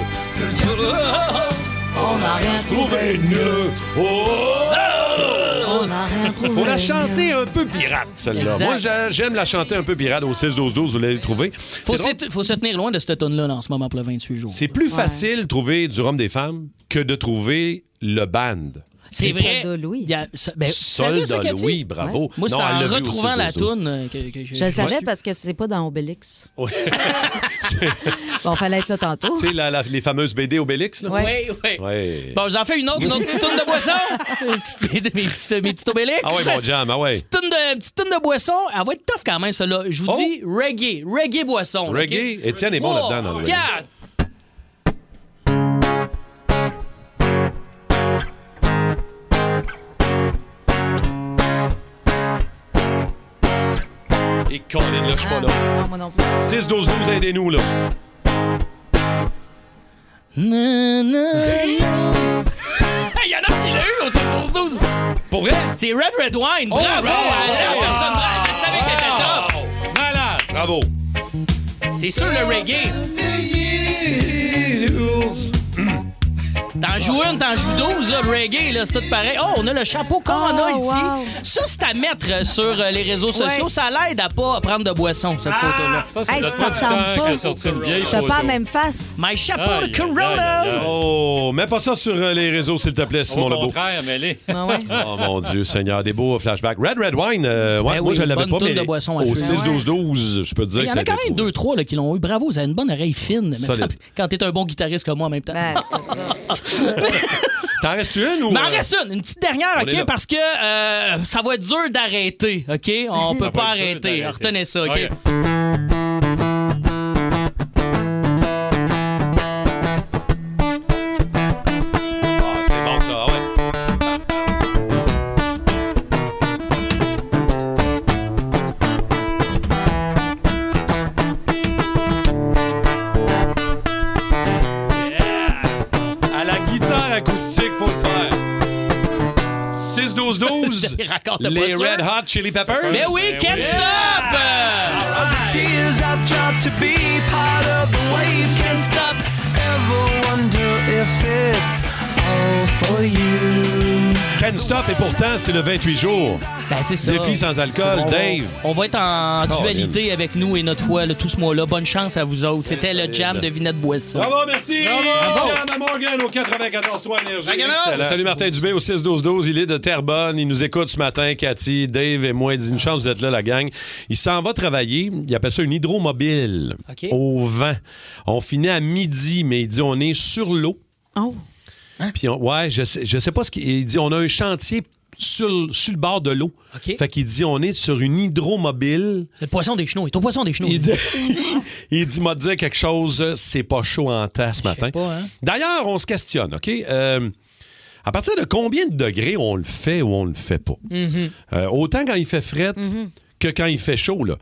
On n'a rien Trouver mieux. Oh! On n'a rien trouvé. Faut la chanter un peu pirate, celle-là. Exact. Moi, j'aime la chanter un peu pirate au 6-12-12, vous l'allez trouver. Faut se tenir loin de cette tonne-là en ce moment pour le 28 jours. C'est plus facile de trouver du rhum des femmes que de trouver le band. C'est vrai. Soldat Louis. Soldat Louis, bravo. Ouais. Moi, c'est Non, elle en l'a vu au retrouvant la 6-12-12. toune que Je le savais parce que c'est pas dans Obélix. Ouais. Bon, fallait être là tantôt. Tu sais, les fameuses BD Obélix, là? Oui. Ouais. Bon, j'en fais une autre petite toune de boisson. mes petites Obélix. Ah ouais, mon jam, ah ouais. Petite toune de boisson. Elle va être tough quand même, celle-là. Je vous dis reggae. Reggae boisson. Reggae? OK? Étienne est bon là-dedans, dans le reggae. 4. Et Colin, là, je suis pas là. Non, moi non plus. 6-12-12, aidez-nous, là. Il y en a qui l'a eu au 6-12-12. Pour vrai? C'est Red Wine. Bravo! Je savais qu'elle était top. Malade. Bravo. C'est sûr le reggae. T'en joues une, t'en joues 12, là, le reggae, là, c'est tout pareil. Oh, on a le chapeau qu'on a ici. Wow. Ça, c'est à mettre sur les réseaux sociaux. Ouais. Ça l'aide à pas prendre de boisson, cette photo-là. Ça, c'est Hey, le tu temps t'en du ressembles temps pas. qui a sorti une vieille T'as photo. pas la même face. My chapeau Aïe, de aïe, Corona. aïe, aïe. Oh, mets pas ça sur les réseaux, s'il te plaît, Simon Au Lebeau. contraire, mêlé. Ah ouais. Oh mon Dieu, Seigneur, des beaux flashbacks. Red Wine, Ben moi oui, je l'avais bonne pas, toune mais de boisson à au feu. 6-12-12, je peux te dire Il y que en ça a quand même 2-3 là, qui l'ont eu. Bravo, vous avez une bonne oreille fine. Mais Solide. quand t'es un bon guitariste comme moi en même temps. Ben, c'est ça. T'en restes-tu une ou... Mais en reste une petite dernière, On est là. OK? Parce que ça va être dur d'arrêter, OK? On peut pas arrêter. Retenez ça, OK? OK. Ah, c'est bon ça, ouais. Yeah. À la guitare acoustique, faut le faire. 6-12-12, Raconte-moi les ça. Red Hot Chili Peppers. Mais oui, Ben Can't oui. Stop! Tears I've dropped to be part of the wave. Can't stop. Ever wonder if it's all for you. Can't Stop, et pourtant, c'est le 28 jours. Ben, c'est ça. Défi sans alcool, Dave. On va être en Oh, dualité avec nous et notre foi là, tout ce mois-là. Bonne chance à vous autres. C'était le jam de Vinette Boisson. Bravo, merci! Bravo! Fiona Morgan au 94.3 Énergie. Magana! Excellent. Salut Martin Dubé au 6-12-12. Il est de Terrebonne. Il nous écoute ce matin. Cathy, Dave et moi. Il dit une chance, vous êtes là, la gang. Il s'en va travailler. Il appelle ça une hydromobile. OK. Au vent. On finit à midi, mais il dit on est sur l'eau. Oh. Puis, ouais, je sais pas ce qu'il il dit. On a un chantier sur le bord de l'eau. OK. Fait qu'il dit on est sur une hydromobile. Le poisson des chenaux. Il est au poisson des chenaux. Il dit, m'a dit quelque chose, c'est pas chaud en temps ce matin. pas, hein? D'ailleurs, on se questionne, OK? À partir de combien de degrés on le fait ou on le fait pas? Autant quand il fait fret que quand il fait chaud, là.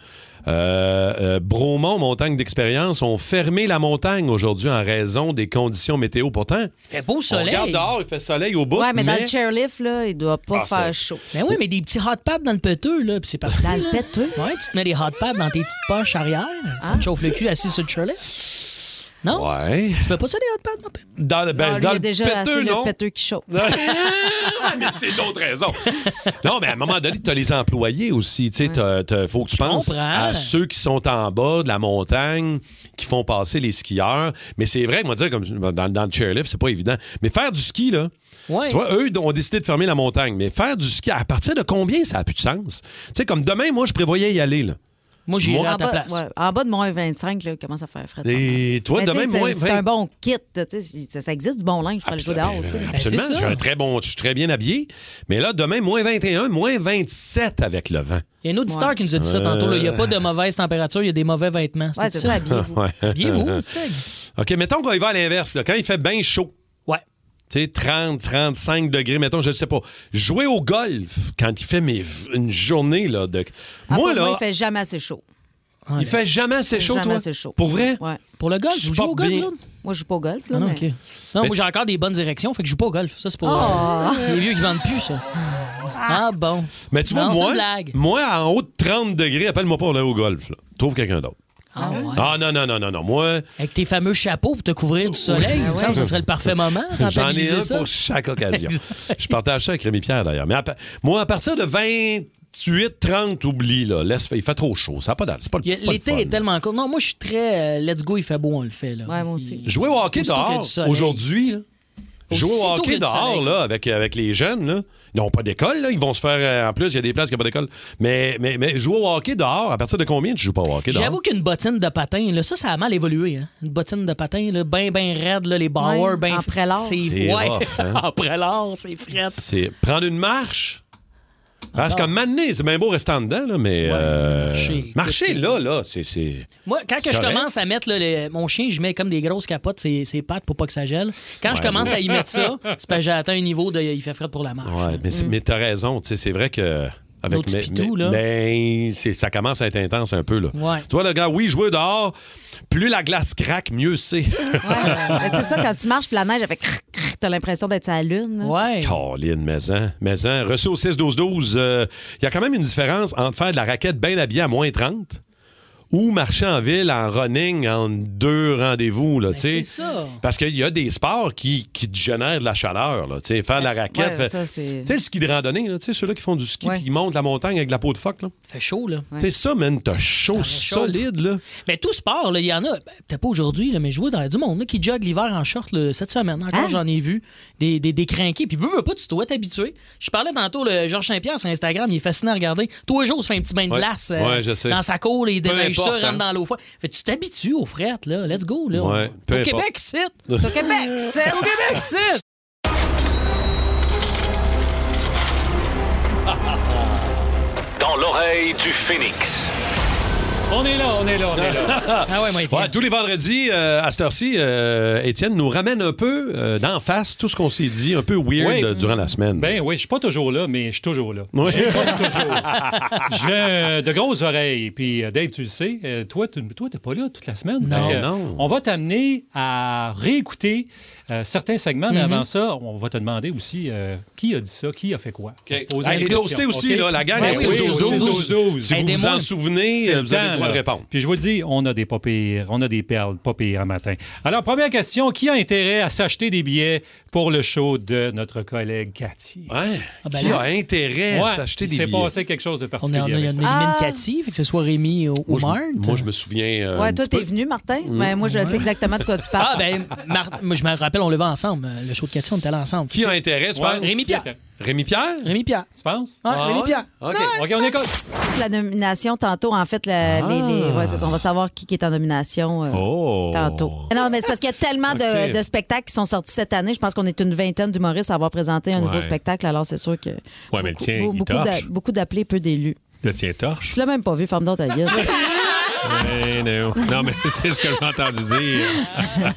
Bromont, montagne d'expérience, ont fermé la montagne aujourd'hui en raison des conditions météo. Pourtant, Il fait beau on soleil. regarde dehors, il fait soleil au bout. Ouais, mais dans le chairlift, là, il doit pas Ah, ça- faire chaud. Ben oui, mais des petits hot pads dans le péteux, là, puis c'est parti. Dans le là. péteux? Ouais, tu te mets des hot pads dans tes petites poches arrière. Ça te chauffe le cul assis sur le chairlift. Non? Ouais. Tu fais pas ça, des hot pads, Martin? Dans le, Ah, lui, il dans a le déjà péteux, assez non? le péteux qui chauffe. Mais c'est d'autres raisons. Non, mais à un moment donné, tu as les employés aussi. Tu sais, faut que tu penses comprends. à ceux qui sont en bas de la montagne, qui font passer les skieurs. Mais c'est vrai, moi, dire comme dans le chairlift, c'est pas évident. Mais faire du ski, là. Ouais. Tu vois, eux ont décidé de fermer la montagne. Mais faire du ski, à partir de combien ça a plus de sens? Tu sais, comme demain, moi, je prévoyais y aller, là. Moi, j'irai Moi- à En ta bas, place. ouais, en bas de moins 25, là, commence à faire frais. Et toi, Mais tu sais, demain, moins c'est 20. un bon kit. Tu sais, ça existe du bon linge pour aller jouer dehors aussi. Absolument. c'est ça. J'ai un très bon, je suis très bien habillé. Mais là, demain, moins 21, moins 27 avec le vent. Il y a un auditeur qui nous a dit ça tantôt. là. Il n'y a pas de mauvaise température, il y a des mauvais vêtements. Ouais, c'est ça, habillez-vous. Ouais. Habillez-vous, c'est OK, mettons qu'on y va à l'inverse. là. Quand il fait bien chaud, Ouais. tu sais, 30, 35 degrés, mettons, je ne sais pas. Jouer au golf quand il fait une journée là, de. Moi, là, il fait jamais assez chaud. il fait jamais assez chaud, Jamais toi? assez chaud. Pour vrai? Ouais. Pour le golf, Tu vous jouez au portes golf, bien. vous autres? Moi, je joue pas au golf. Là, Ah non, mais... OK. Non, Mais- moi, j'ai encore des bonnes directions, fait que je joue pas au golf. Ça, c'est pour Oh. les vieux qui vendent plus, ça. Ah bon. Mais tu vois, Non, c'est moi, une blague. moi, en haut de 30 degrés, appelle-moi pas pour aller au golf. Là. Trouve quelqu'un d'autre. Ah ouais. Ah non. Moi, Avec tes fameux chapeaux pour te couvrir du soleil, il me semble que ce serait le parfait moment. j'en ai rentabiliser un ça. pour chaque occasion. Je partage ça avec Rémi Pierre, d'ailleurs. Mais moi, à partir de 28, 30, oublie, là. Il fait trop chaud. Ça n'a pas d'allure. C'est pas, Il y a- c'est pas le L'été fun, est là. tellement court. Non, moi, je suis très let's go, il fait beau, on le fait. Là. Ouais, moi aussi. Jouer au hockey Aussitôt qu'il y a dehors, du soleil. aujourd'hui, là. Jouer au Aussitôt qu'il y hockey a du dehors, soleil. là, avec les jeunes, là. Ils n'ont pas d'école, là. Ils vont se faire. En plus, il y a des places qui n'ont pas d'école. Mais jouer au hockey dehors, à partir de combien tu joues pas au hockey dehors? J'avoue qu'une bottine de patin, là, ça a mal évolué. Hein? Une bottine de patin, bien raide, là, les bowers, Ouais, bien en prélard. C'est ouais. rough, hein? En prélard, c'est fret. C'est prendre une marche. Parce qu'à un moment donné, c'est bien beau rester en dedans, là, mais. marcher, écoute, là, c'est. Moi, quand C'est que je correct. commence à mettre là, mon chien, je mets comme des grosses capotes ses pattes pour pas que ça gèle. Quand je Ouais, commence ouais. à y mettre ça, c'est parce que j'ai atteint un niveau de il fait fret pour la marche. Ouais, mais t'as raison, tu sais, c'est vrai que. Nos petits pitous, là. Ça commence à être intense un peu, là. Ouais. Tu vois, le gars, oui, jouer dehors, plus la glace craque, mieux c'est. Ouais. C'est ça, quand tu marches, puis la neige, elle fait cric, cric, t'as l'impression d'être sur la lune. là. Ouais. Caroline, mais reçu au 6-12-12, il y a quand même une différence entre faire de la raquette bien habillée à moins 30 ou marcher en ville en running en 2 rendez-vous. Là, c'est ça. Parce qu'il y a des sports qui génèrent de la chaleur. Là, faire de la raquette. Ouais, ça, c'est... Le ski de randonnée, là, ceux-là qui font du ski et qui montent la montagne avec de la peau de phoque. Là. Fait chaud, là. Ouais. Ça, man, t'as chaud solide. Là. Mais tout sport, il y en a, peut-être pas aujourd'hui, là, mais je vois dans du monde là, qui jogue l'hiver en short là, cette semaine. Encore, j'en ai vu des crinqués. Puis veux pas, tu dois t'habituer. Je parlais tantôt, Georges Saint-Pierre sur Instagram, il est fascinant à regarder. Tous les jours, il se fait un petit bain de glace dans sa cour, là, il déneige ça, rentre dans l'eau froide. Fait tu t'habitues aux frettes, là. Let's go, là. Ouais, Au Québec, c'est. Au Québec, c'est. Dans l'oreille du phénix. On est là. Ah ouais, moi, Étienne. Tous les vendredis, à cette heure-ci, Étienne nous ramène un peu d'en face tout ce qu'on s'est dit, un peu weird durant la semaine. Ben oui, je suis pas toujours là, mais je suis toujours là. Oui. J'ai de grosses oreilles. Puis Dave, tu le sais, toi, t'es pas là toute la semaine. Non. On va t'amener à réécouter certains segments, mais avant ça, on va te demander aussi qui a dit ça, qui a fait quoi. Okay. Les toastés aussi, là, la gang, ben oui, 12-12. Si vous vous en souvenez, vous avez le droit de répondre. Puis je vous le dis, on a des pas pires, on a des perles pas pires un matin. Alors, première question, qui a intérêt à s'acheter des billets pour le show de notre collègue Cathy? Ouais. Qui a intérêt à s'acheter des billets? Il s'est passé quelque chose de particulier. On élimine Cathy, fait que ce soit Rémi ou Marthe. Moi, je me souviens. Ouais, toi, t'es venu, Martin. Mais moi, je sais exactement de quoi tu parles. Moi, je me rappelle, on le va ensemble. Le show de Cathy, on était là ensemble. Qui a intérêt, tu penses? Rémi Pierre. Rémi Pierre? Rémi Pierre. Tu penses? Rémi Pierre. OK, on écoute. C'est la nomination tantôt. En fait, c'est ça, on va savoir qui est en nomination tantôt. Non, mais c'est parce qu'il y a tellement de spectacles qui sont sortis cette année. Je pense qu'on est une vingtaine d'humoristes à avoir présenté un nouveau spectacle. Alors, c'est sûr que beaucoup d'appelés, peu d'élus. Le tien torche. Tu l'as même pas vu, ferme donc ta gueule. Non, mais c'est ce que j'ai entendu dire.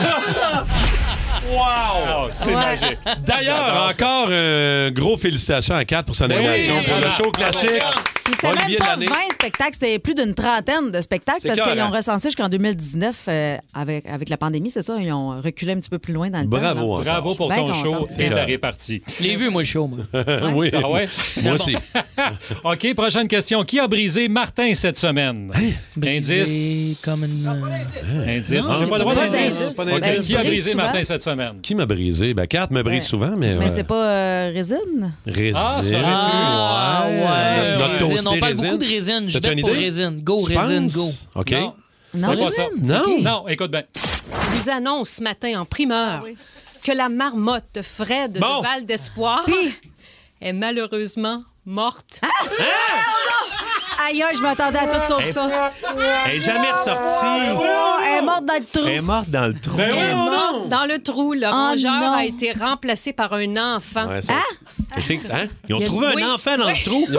Wow! C'est magique. D'ailleurs, encore gros félicitations à Kat pour sa nomination pour le show classique. C'était même pas 20 spectacles, c'était plus d'une trentaine de spectacles parce qu'ils ont recensé jusqu'en 2019 avec la pandémie, c'est ça? Ils ont reculé un petit peu plus loin dans le temps. Bravo pour ton show et ta répartie. Je l'ai vu, moi, le show. Moi. Oui. Ah ouais? Moi aussi. OK, prochaine question. Qui a brisé Martin cette semaine? Indice. Comme une... Indice. J'ai pas le droit d'indice. Qui a brisé Martin cette semaine? Qui m'a brisé? Kat me brise souvent, mais... Mais c'est pas Résine? Résine. Ah, ça ouais. Notre toasté on parle Résine. beaucoup de Résine. Je T'as-tu dis une pour idée? Résine. Go, Tu Résine, penses? go. OK. Non, c'est pas ça. Non. Non, écoute bien. Je vous annonce ce matin en primeur que la marmotte de Fred de Val d'Espoir est malheureusement morte. Aïe, je m'attendais à tout sauf ça. Elle n'est jamais ressortie. Elle est morte dans le trou. Elle est morte dans le trou. Elle est morte dans le trou. Le rongeur a été remplacé par un enfant. Ouais, Ils ont trouvé un enfant dans le trou.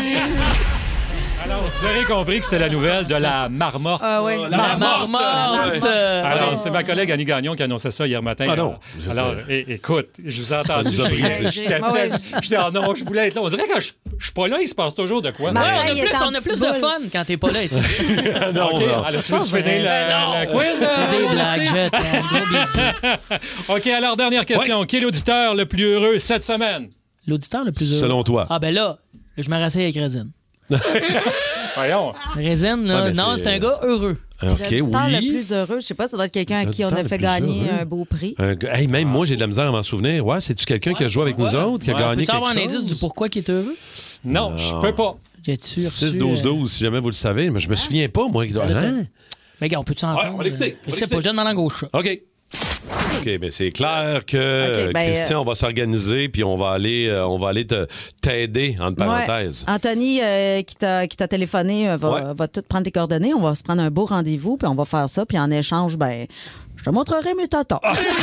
Alors, vous aurez compris que c'était la nouvelle de la marmotte. Ah oui. La marmotte. Alors, c'est ma collègue Annie Gagnon qui annonçait ça hier matin. Ah non. Alors, écoute, je vous ai entendu. Ça nous a brisé. J'étais non, je voulais être là. On dirait que je suis pas là, il se passe toujours de quoi. On a plus de fun quand t'es pas là, Étienne. Non, OK, alors tu veux finir la quiz? C'est des blagues, je t'aime. Gros bisous. OK, alors, dernière question. Qui est l'auditeur le plus heureux cette semaine? L'auditeur le plus heureux? Selon toi. Ah, ben là, je me rassais avec Résine. Voyons. Résine, là, non, c'est un gars heureux. OK, L'auditeur oui. le plus heureux, je sais pas, ça doit être quelqu'un à qui on a fait gagner un beau prix. Même moi, j'ai de la misère à m'en souvenir. Ouais, c'est-tu quelqu'un qui a joué avec nous autres, qui a gagné Peux-tu quelque avoir un chose? indice du pourquoi il est heureux? Non, je peux pas. J'ai-tu reçu... 6-12-12, si jamais vous le savez. Mais je me souviens pas, moi. Hein? Mais gars, on peut-tu entendre? On va l'écouter. Je sais pas, je donne ma langue au chat. OK. OK, bien c'est clair que Christian, on va s'organiser puis on va aller t'aider, entre parenthèses. Ouais. Anthony, qui t'a téléphoné, va tout prendre tes coordonnées. On va se prendre un beau rendez-vous, puis on va faire ça. Puis en échange, je te montrerai mes tontons.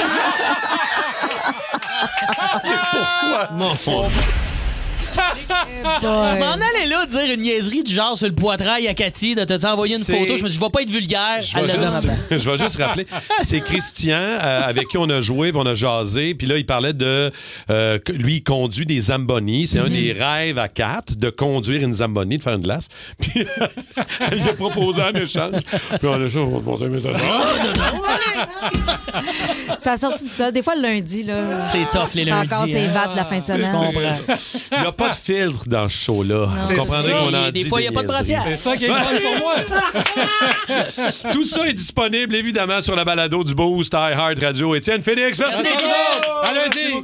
Pourquoi? Non. Je m'en allais là dire une niaiserie du genre sur le poitrail à Cathy, de te envoyer une photo. Je me suis dit, je vais pas être vulgaire. Je vais juste rappeler. C'est Christian avec qui on a joué, puis on a jasé. Puis là, il parlait de... lui, il conduit des Zamboni. C'est un des rêves à Kat de conduire une Zamboni, de faire une glace. Puis elle lui a proposé en échange. Puis en échange, on va te montrer mes tontons. Ça a sorti de ça. Des fois, le lundi, là. C'est tough, les lundis. Encore ses vapes de la fin de semaine. Je comprends. n'y a pas de filtre dans ce show-là. Vous comprendrez qu'on en dit des fois, il n'y a pas de brassière. C'est ça qui est fun pour moi. Tout ça est disponible, évidemment, sur la balado du Boost iHeart Radio. Étienne Félix, merci. À lundi.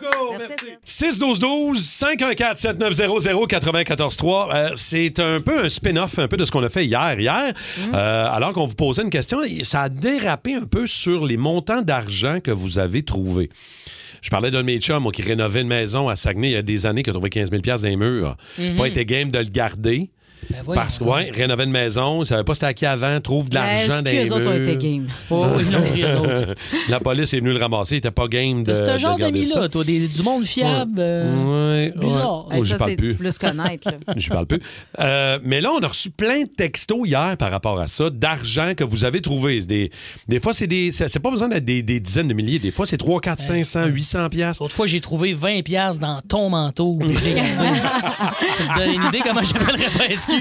612-12-514-7900-943. C'est un peu un spin-off un peu de ce qu'on a fait hier. Alors qu'on vous posait une question, ça a dérapé un peu sur les montants d'argent que vous avez trouvés. Je parlais d'un de mes chums qui rénovait une maison à Saguenay il y a des années, qui a trouvé 15 000 $ dans les murs. Pas été game de le garder. Parce que, rénover une maison, ils ne savaient pas c'était à qui avant, trouve de l'argent dans les murs. Les autres ont été game. Les autres. La police est venue le ramasser, il n'était pas game de. C'est ce genre d'amis-là, toi, du monde fiable. Bizarre. Oh, ça, parle c'est plus. plus connaître. Je parle plus. Mais là, on a reçu plein de textos hier par rapport à ça, d'argent que vous avez trouvé. Des fois, c'est pas besoin d'être des dizaines de milliers. Des fois, c'est 3, 4, 500, 800 $. L'autre fois, j'ai trouvé 20 $, dans ton manteau. Ça te donne une idée comment j'appellerais pas SQ.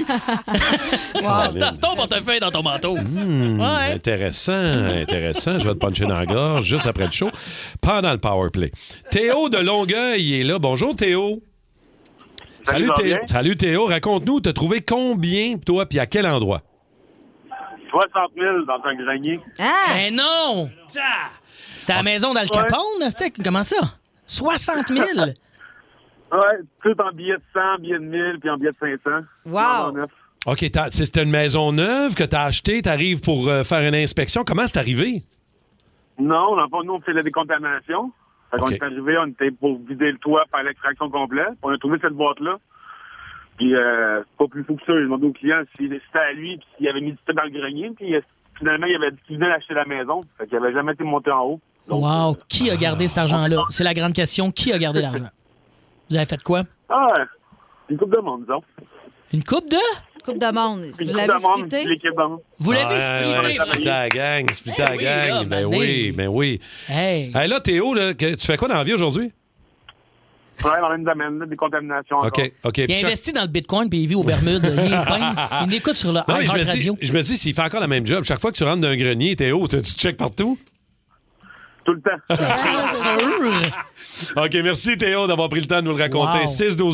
Ton portefeuille dans ton manteau. Intéressant. Je vais te puncher dans la gorge juste après le show, pendant le powerplay. Théo de Longueuil est là. Bonjour, Théo. Salut, Théo. Salut, Théo. Raconte-nous, t'as trouvé combien, toi, puis à quel endroit? 60 000 dans un grenier. Mais non! C'était à la maison d'Al Capone, c'était? Comment ça? 60 000? Ouais, tout en billets de 100, billets de 1000, puis en billets de 500. Wow! OK, c'était une maison neuve que t'as achetée, t'arrives pour faire une inspection. Comment c'est arrivé? Non, nous, on fait la décontamination. Fait qu'on est arrivé, on était pour vider le toit, faire l'extraction complète. On a trouvé cette boîte-là. Puis, pas plus fou que ça. J'ai demandé au client si c'était à lui, puis s'il avait mis du temps dans le grenier. Puis, finalement, il avait dit qu'il venait d'acheter la maison. Fait qu'il avait jamais été monté en haut. Donc, wow! Qui a gardé cet argent-là? C'est la grande question. Qui a gardé l'argent? Vous avez fait quoi? Une coupe de monde, disons. Une coupe de? Coupe de monde. Vous l'avez splitté? Vous l'avez splitté? Splitté à la gang. Ben oui. Hey, là, Théo, là, tu fais quoi dans la vie aujourd'hui? Je travaille dans le même domaine, des contaminations. OK. Il a investi dans le Bitcoin puis il vit aux Bermudes. Il écoute sur le iHeart Radio. Je me dis, s'il fait encore le même job, chaque fois que tu rentres dans un grenier, Théo, tu checkes partout? Tout le temps. C'est sûr! OK, merci Théo d'avoir pris le temps de nous le raconter.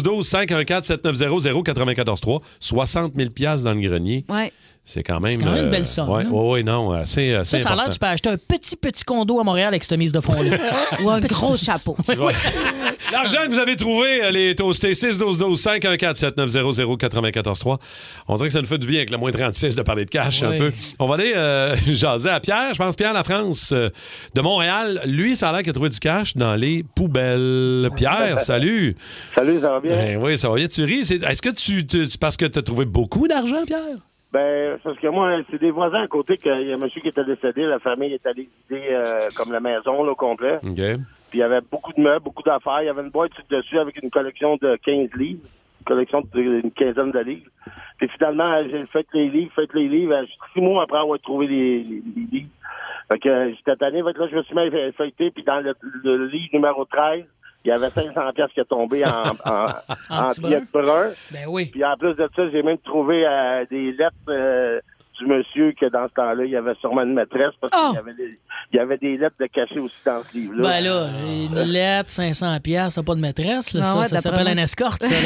612-12-514-7900-943. 60 000 $ dans le grenier. Ouais. C'est quand même une belle somme. Oui, non, assez ça a l'air important. que tu peux acheter un petit condo à Montréal avec cette mise de fond-là. Ou un gros chapeau. L'argent que vous avez trouvé, les toastés, 612-12-514-7900-943. On dirait que ça nous fait du bien avec le moins 36 de parler de cash un peu. On va aller jaser à Pierre. Je pense Pierre Lafrance de Montréal. Lui, ça a l'air qu'il a trouvé du cash dans les poubelles. Pierre, salut. Salut, ça va bien? Ben, oui, ça va bien. Tu ris. Est-ce que tu parce que tu as trouvé beaucoup d'argent, Pierre? Ben, parce que moi, c'est des voisins à côté qu'il y a un monsieur qui était décédé, la famille est allée vider comme la maison là, au complet. OK. Puis il y avait beaucoup de meubles, beaucoup d'affaires. Il y avait une boîte dessus avec une collection de 15 livres, une collection d'une quinzaine de livres. Puis finalement, j'ai fait les livres, 6 mois après avoir trouvé les livres. Fait que j'étais tanné, là, je me suis mis à feuilleter, puis dans le livre numéro 13, il y avait 500 $ qui est tombé en billets de brun. Ben oui. Puis en plus de ça, j'ai même trouvé des lettres du monsieur que dans ce temps-là, il y avait sûrement une maîtresse parce qu'il y avait des lettres de cachées aussi dans ce livre-là. Ben là, une lettre, 500 $, ça n'a pas de maîtresse. Là, ça s'appelle une escorte, ça.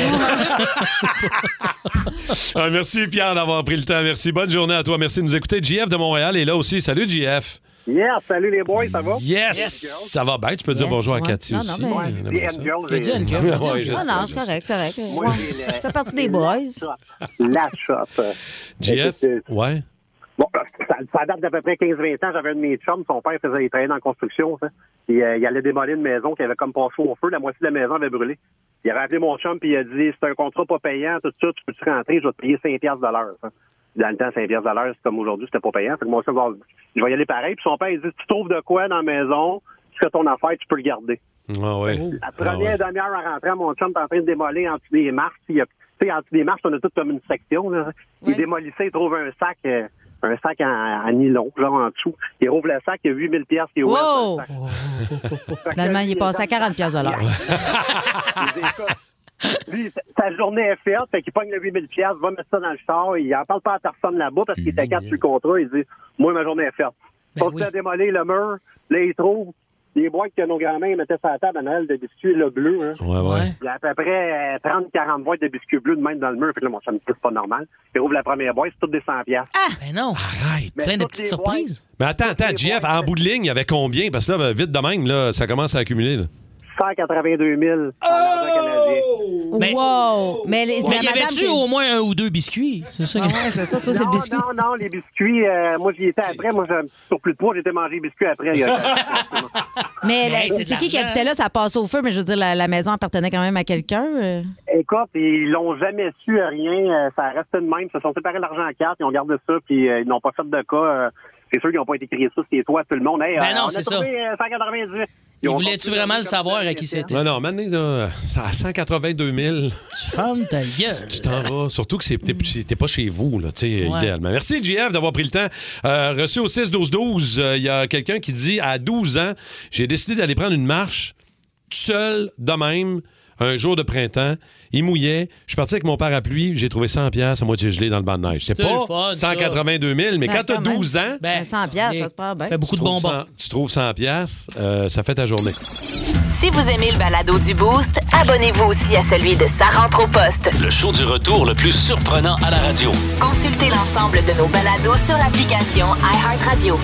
Merci Pierre d'avoir pris le temps. Merci. Bonne journée à toi. Merci de nous écouter. JF de Montréal est là aussi. Salut JF. Yes, salut les boys, ça va? Yes! Ça va bien. Tu peux dire bonjour à Cathy aussi. Non, c'est correct. Moi, je fais partie des boys. La shot. JF, ouais. Bon, ça date d'à peu près 15-20 ans. J'avais un de mes chums. Son père il travaillait dans la construction. Ça. Et, il allait démolir une maison qui avait comme passé au feu. La moitié de la maison avait brûlé. Il avait appelé mon chum puis il a dit, c'est un contrat pas payant, tout ça, tu peux-tu rentrer? Je vais te payer 5 $ de l'heure. Ça. Dans le temps, 5 $ de l'heure, c'est comme aujourd'hui, c'était pas payant. Fait que moi, je vais y aller pareil. Puis son père, il dit, tu trouves de quoi dans la maison, tu fais ton affaire, tu peux le garder. Ah ouais. La première demi-heure en rentrant, mon chum est en train de démolir en dessous des marches. Tu sais, en dessous des marches, on a tout comme une section. Là. Il démolissait, il trouve un sac en nylon, genre en dessous. Il rouvre le sac, il y a 8 000 $ qui est ouvert. Wow! Finalement, il est passé à 40 $ de l'heure. Lui, sa journée est faite, fait qu'il pogne le 8 000 $, va mettre ça dans le char, il en parle pas à personne là-bas parce qu'il était cadre sur le contrat, il dit, moi, ma journée est faite. Continue à démolir le mur, là, il trouve des boîtes que nos grands-mères mettaient sur la table à Noël de biscuits là, bleus. Hein. Ouais. Il y a à peu près 30-40 boîtes de biscuits bleus de même dans le mur. Fait que là, moi, ça me dit c'est pas normal. Puis ouvre la première boîte, c'est toutes des 100$. Ah! Ben non. Arrête. Plein de petites surprises. Mais attends, Jeff, en bout de ligne, il y avait combien? Parce que là, vite de même, là, ça commence à accumuler. Là. 182 000 en argent canadien. Mais, wow! Mais y avait-tu au moins 1 ou 2 biscuits? C'est ça? C'est ça, toi, c'est le biscuit. Non, les biscuits, moi, j'y étais après. Moi, j'ai un surplus de poids, j'étais mangé les biscuits après. Mais c'est qui habitait là? Ça passe au feu, mais je veux dire, la maison appartenait quand même à quelqu'un? Écoute, ils l'ont jamais su rien. Ça reste de même. Ils se sont séparés l'argent en 4, ils ont gardé ça, puis ils n'ont pas fait de cas. C'est sûr qu'ils n'ont pas été criés ça, c'est toi, tout le monde. Hey, ben non, on c'est a trouvé 198. Ils voulais-tu vraiment le savoir à qui c'était? Non, maintenant, ça à 182 000. Tu fermes ta gueule. Tu t'en vas. Surtout que t'es pas chez vous, là, idéalement. Merci, JF, d'avoir pris le temps. Reçu au 6-12-12, il y a quelqu'un qui dit, à 12 ans, j'ai décidé d'aller prendre une marche, tout seul, de même, un jour de printemps. Il mouillait. Je suis parti avec mon parapluie. J'ai trouvé 100$ à moitié gelé dans le banc de neige. C'est pas fun, 182 000, mais quand t'as 12 ans... 100$, ça se passe bien. Fait beaucoup de bonbons. Tu trouves 100$, ça fait ta journée. Si vous aimez le balado du Boost, abonnez-vous aussi à celui de Sa rentre au poste. Le show du retour le plus surprenant à la radio. Consultez l'ensemble de nos balados sur l'application iHeartRadio.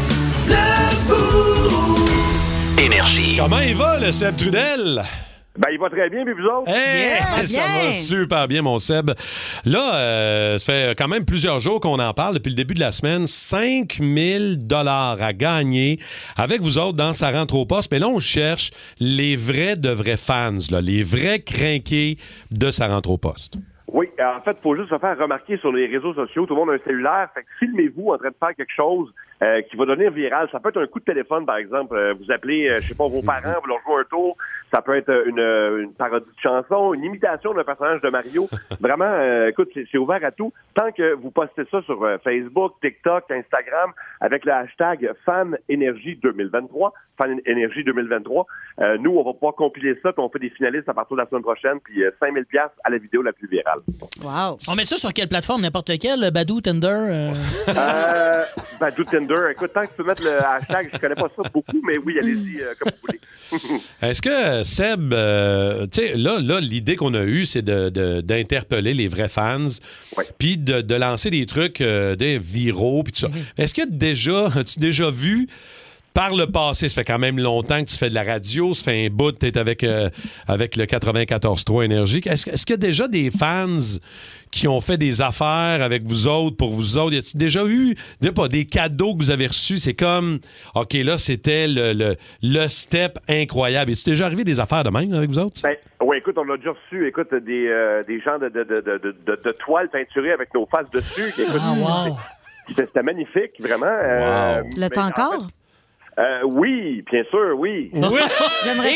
Énergie. Comment il va, le Seb Trudel? Ben, il va très bien, mais vous autres? Ça va super bien, mon Seb. Là, ça fait quand même plusieurs jours qu'on en parle depuis le début de la semaine. 5 000 $ à gagner avec vous autres dans Sa rentre au poste. Mais là, on cherche les vrais fans, là, les vrais crinqués de Sa rentre au poste. Oui, en fait, il faut juste se faire remarquer sur les réseaux sociaux. Tout le monde a un cellulaire. Fait que filmez-vous en train de faire quelque chose qui va devenir viral. Ça peut être un coup de téléphone, par exemple. Vous appelez, je sais pas, vos parents, vous leur jouez un tour. Ça peut être une parodie de chanson, une imitation d'un personnage de Mario. Vraiment, écoute, c'est ouvert à tout. Tant que vous postez ça sur Facebook, TikTok, Instagram, avec le hashtag FanEnergie 2023, FanEnergie 2023, nous, on va pouvoir compiler ça, puis on fait des finalistes à partir de la semaine prochaine, puis 5 000$ à la vidéo la plus virale. Wow! On met ça sur quelle plateforme? N'importe quelle? Badoo, Tinder? Badoo, Tinder. Écoute, tant que tu peux mettre le hashtag, je connais pas ça beaucoup, mais oui, allez-y comme vous voulez. Est-ce que, Seb, tu sais, là, l'idée qu'on a eue, c'est d'interpeller les vrais fans, puis de lancer des trucs des viraux, puis tout ça. Est-ce que as-tu déjà vu par le passé, ça fait quand même longtemps que tu fais de la radio, ça fait un bout que tu es avec le 94.3 Énergie. Est-ce qu'il y a déjà des fans qui ont fait des affaires avec vous autres, pour vous autres? Y a-tu déjà eu des cadeaux que vous avez reçus? C'est comme, OK, là, c'était le step incroyable. Est-ce déjà arrivé des affaires de même avec vous autres? Ben, oui, écoute, on a déjà reçu, des gens de toiles peinturées avec nos faces dessus. Écoute, c'était magnifique, vraiment. Le temps encore? Oui, bien sûr, oui. J'aimerais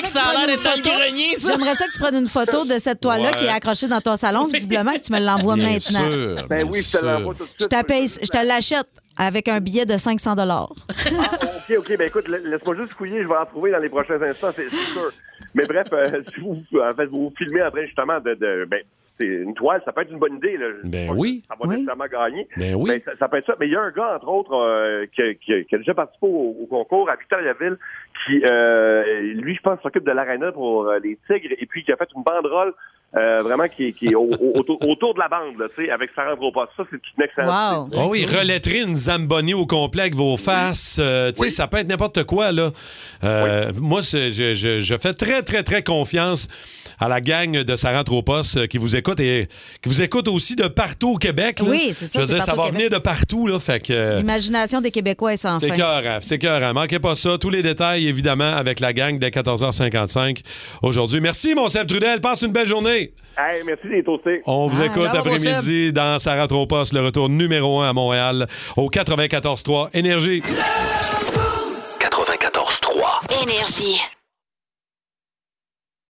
ça que tu prennes une photo de cette toile-là qui est accrochée dans ton salon, visiblement, que tu me l'envoies maintenant. Sûr, ben oui, je te l'envoie tout de suite. Je te l'achète avec un billet de 500 $. OK, ben écoute, laisse-moi juste fouiller, je vais en trouver dans les prochains instants, c'est sûr. Mais bref, si vous vous filmez en train justement c'est une toile, ça peut être une bonne idée. Là. Ben oui. Ça va nécessairement gagner. Ben oui. Ben, ça peut être ça. Mais il y a un gars, entre autres, qui a déjà participé au concours à Victoriaville, qui, lui, je pense, s'occupe de l'aréna pour les Tigres, et puis qui a fait une banderole vraiment qui est autour de la bande, là, tu sais, avec Sa rentre au poste. Ça, c'est une excellente idée. Oh oui, reletrer une Zamboni au complet avec vos faces. Tu sais, ça peut être n'importe quoi, là. Moi, je fais très, très, très confiance à la gang de Sa rentre au poste qui vous écoute et qui vous écoute aussi de partout au Québec. Là. Oui, c'est ça. Je veux dire, ça va venir de partout, là. Fait que l'imagination des Québécois est sans fin. C'est écœurant. Manquez pas ça. Tous les détails, évidemment, avec la gang dès 14h55 aujourd'hui. Merci, mon Seb Trudel. Passe une belle journée. Hey, merci d'être toastés. On vous écoute après-midi dans Sa rentre au poste, le retour numéro 1 à Montréal au 94.3 Énergie. 94.3 Énergie.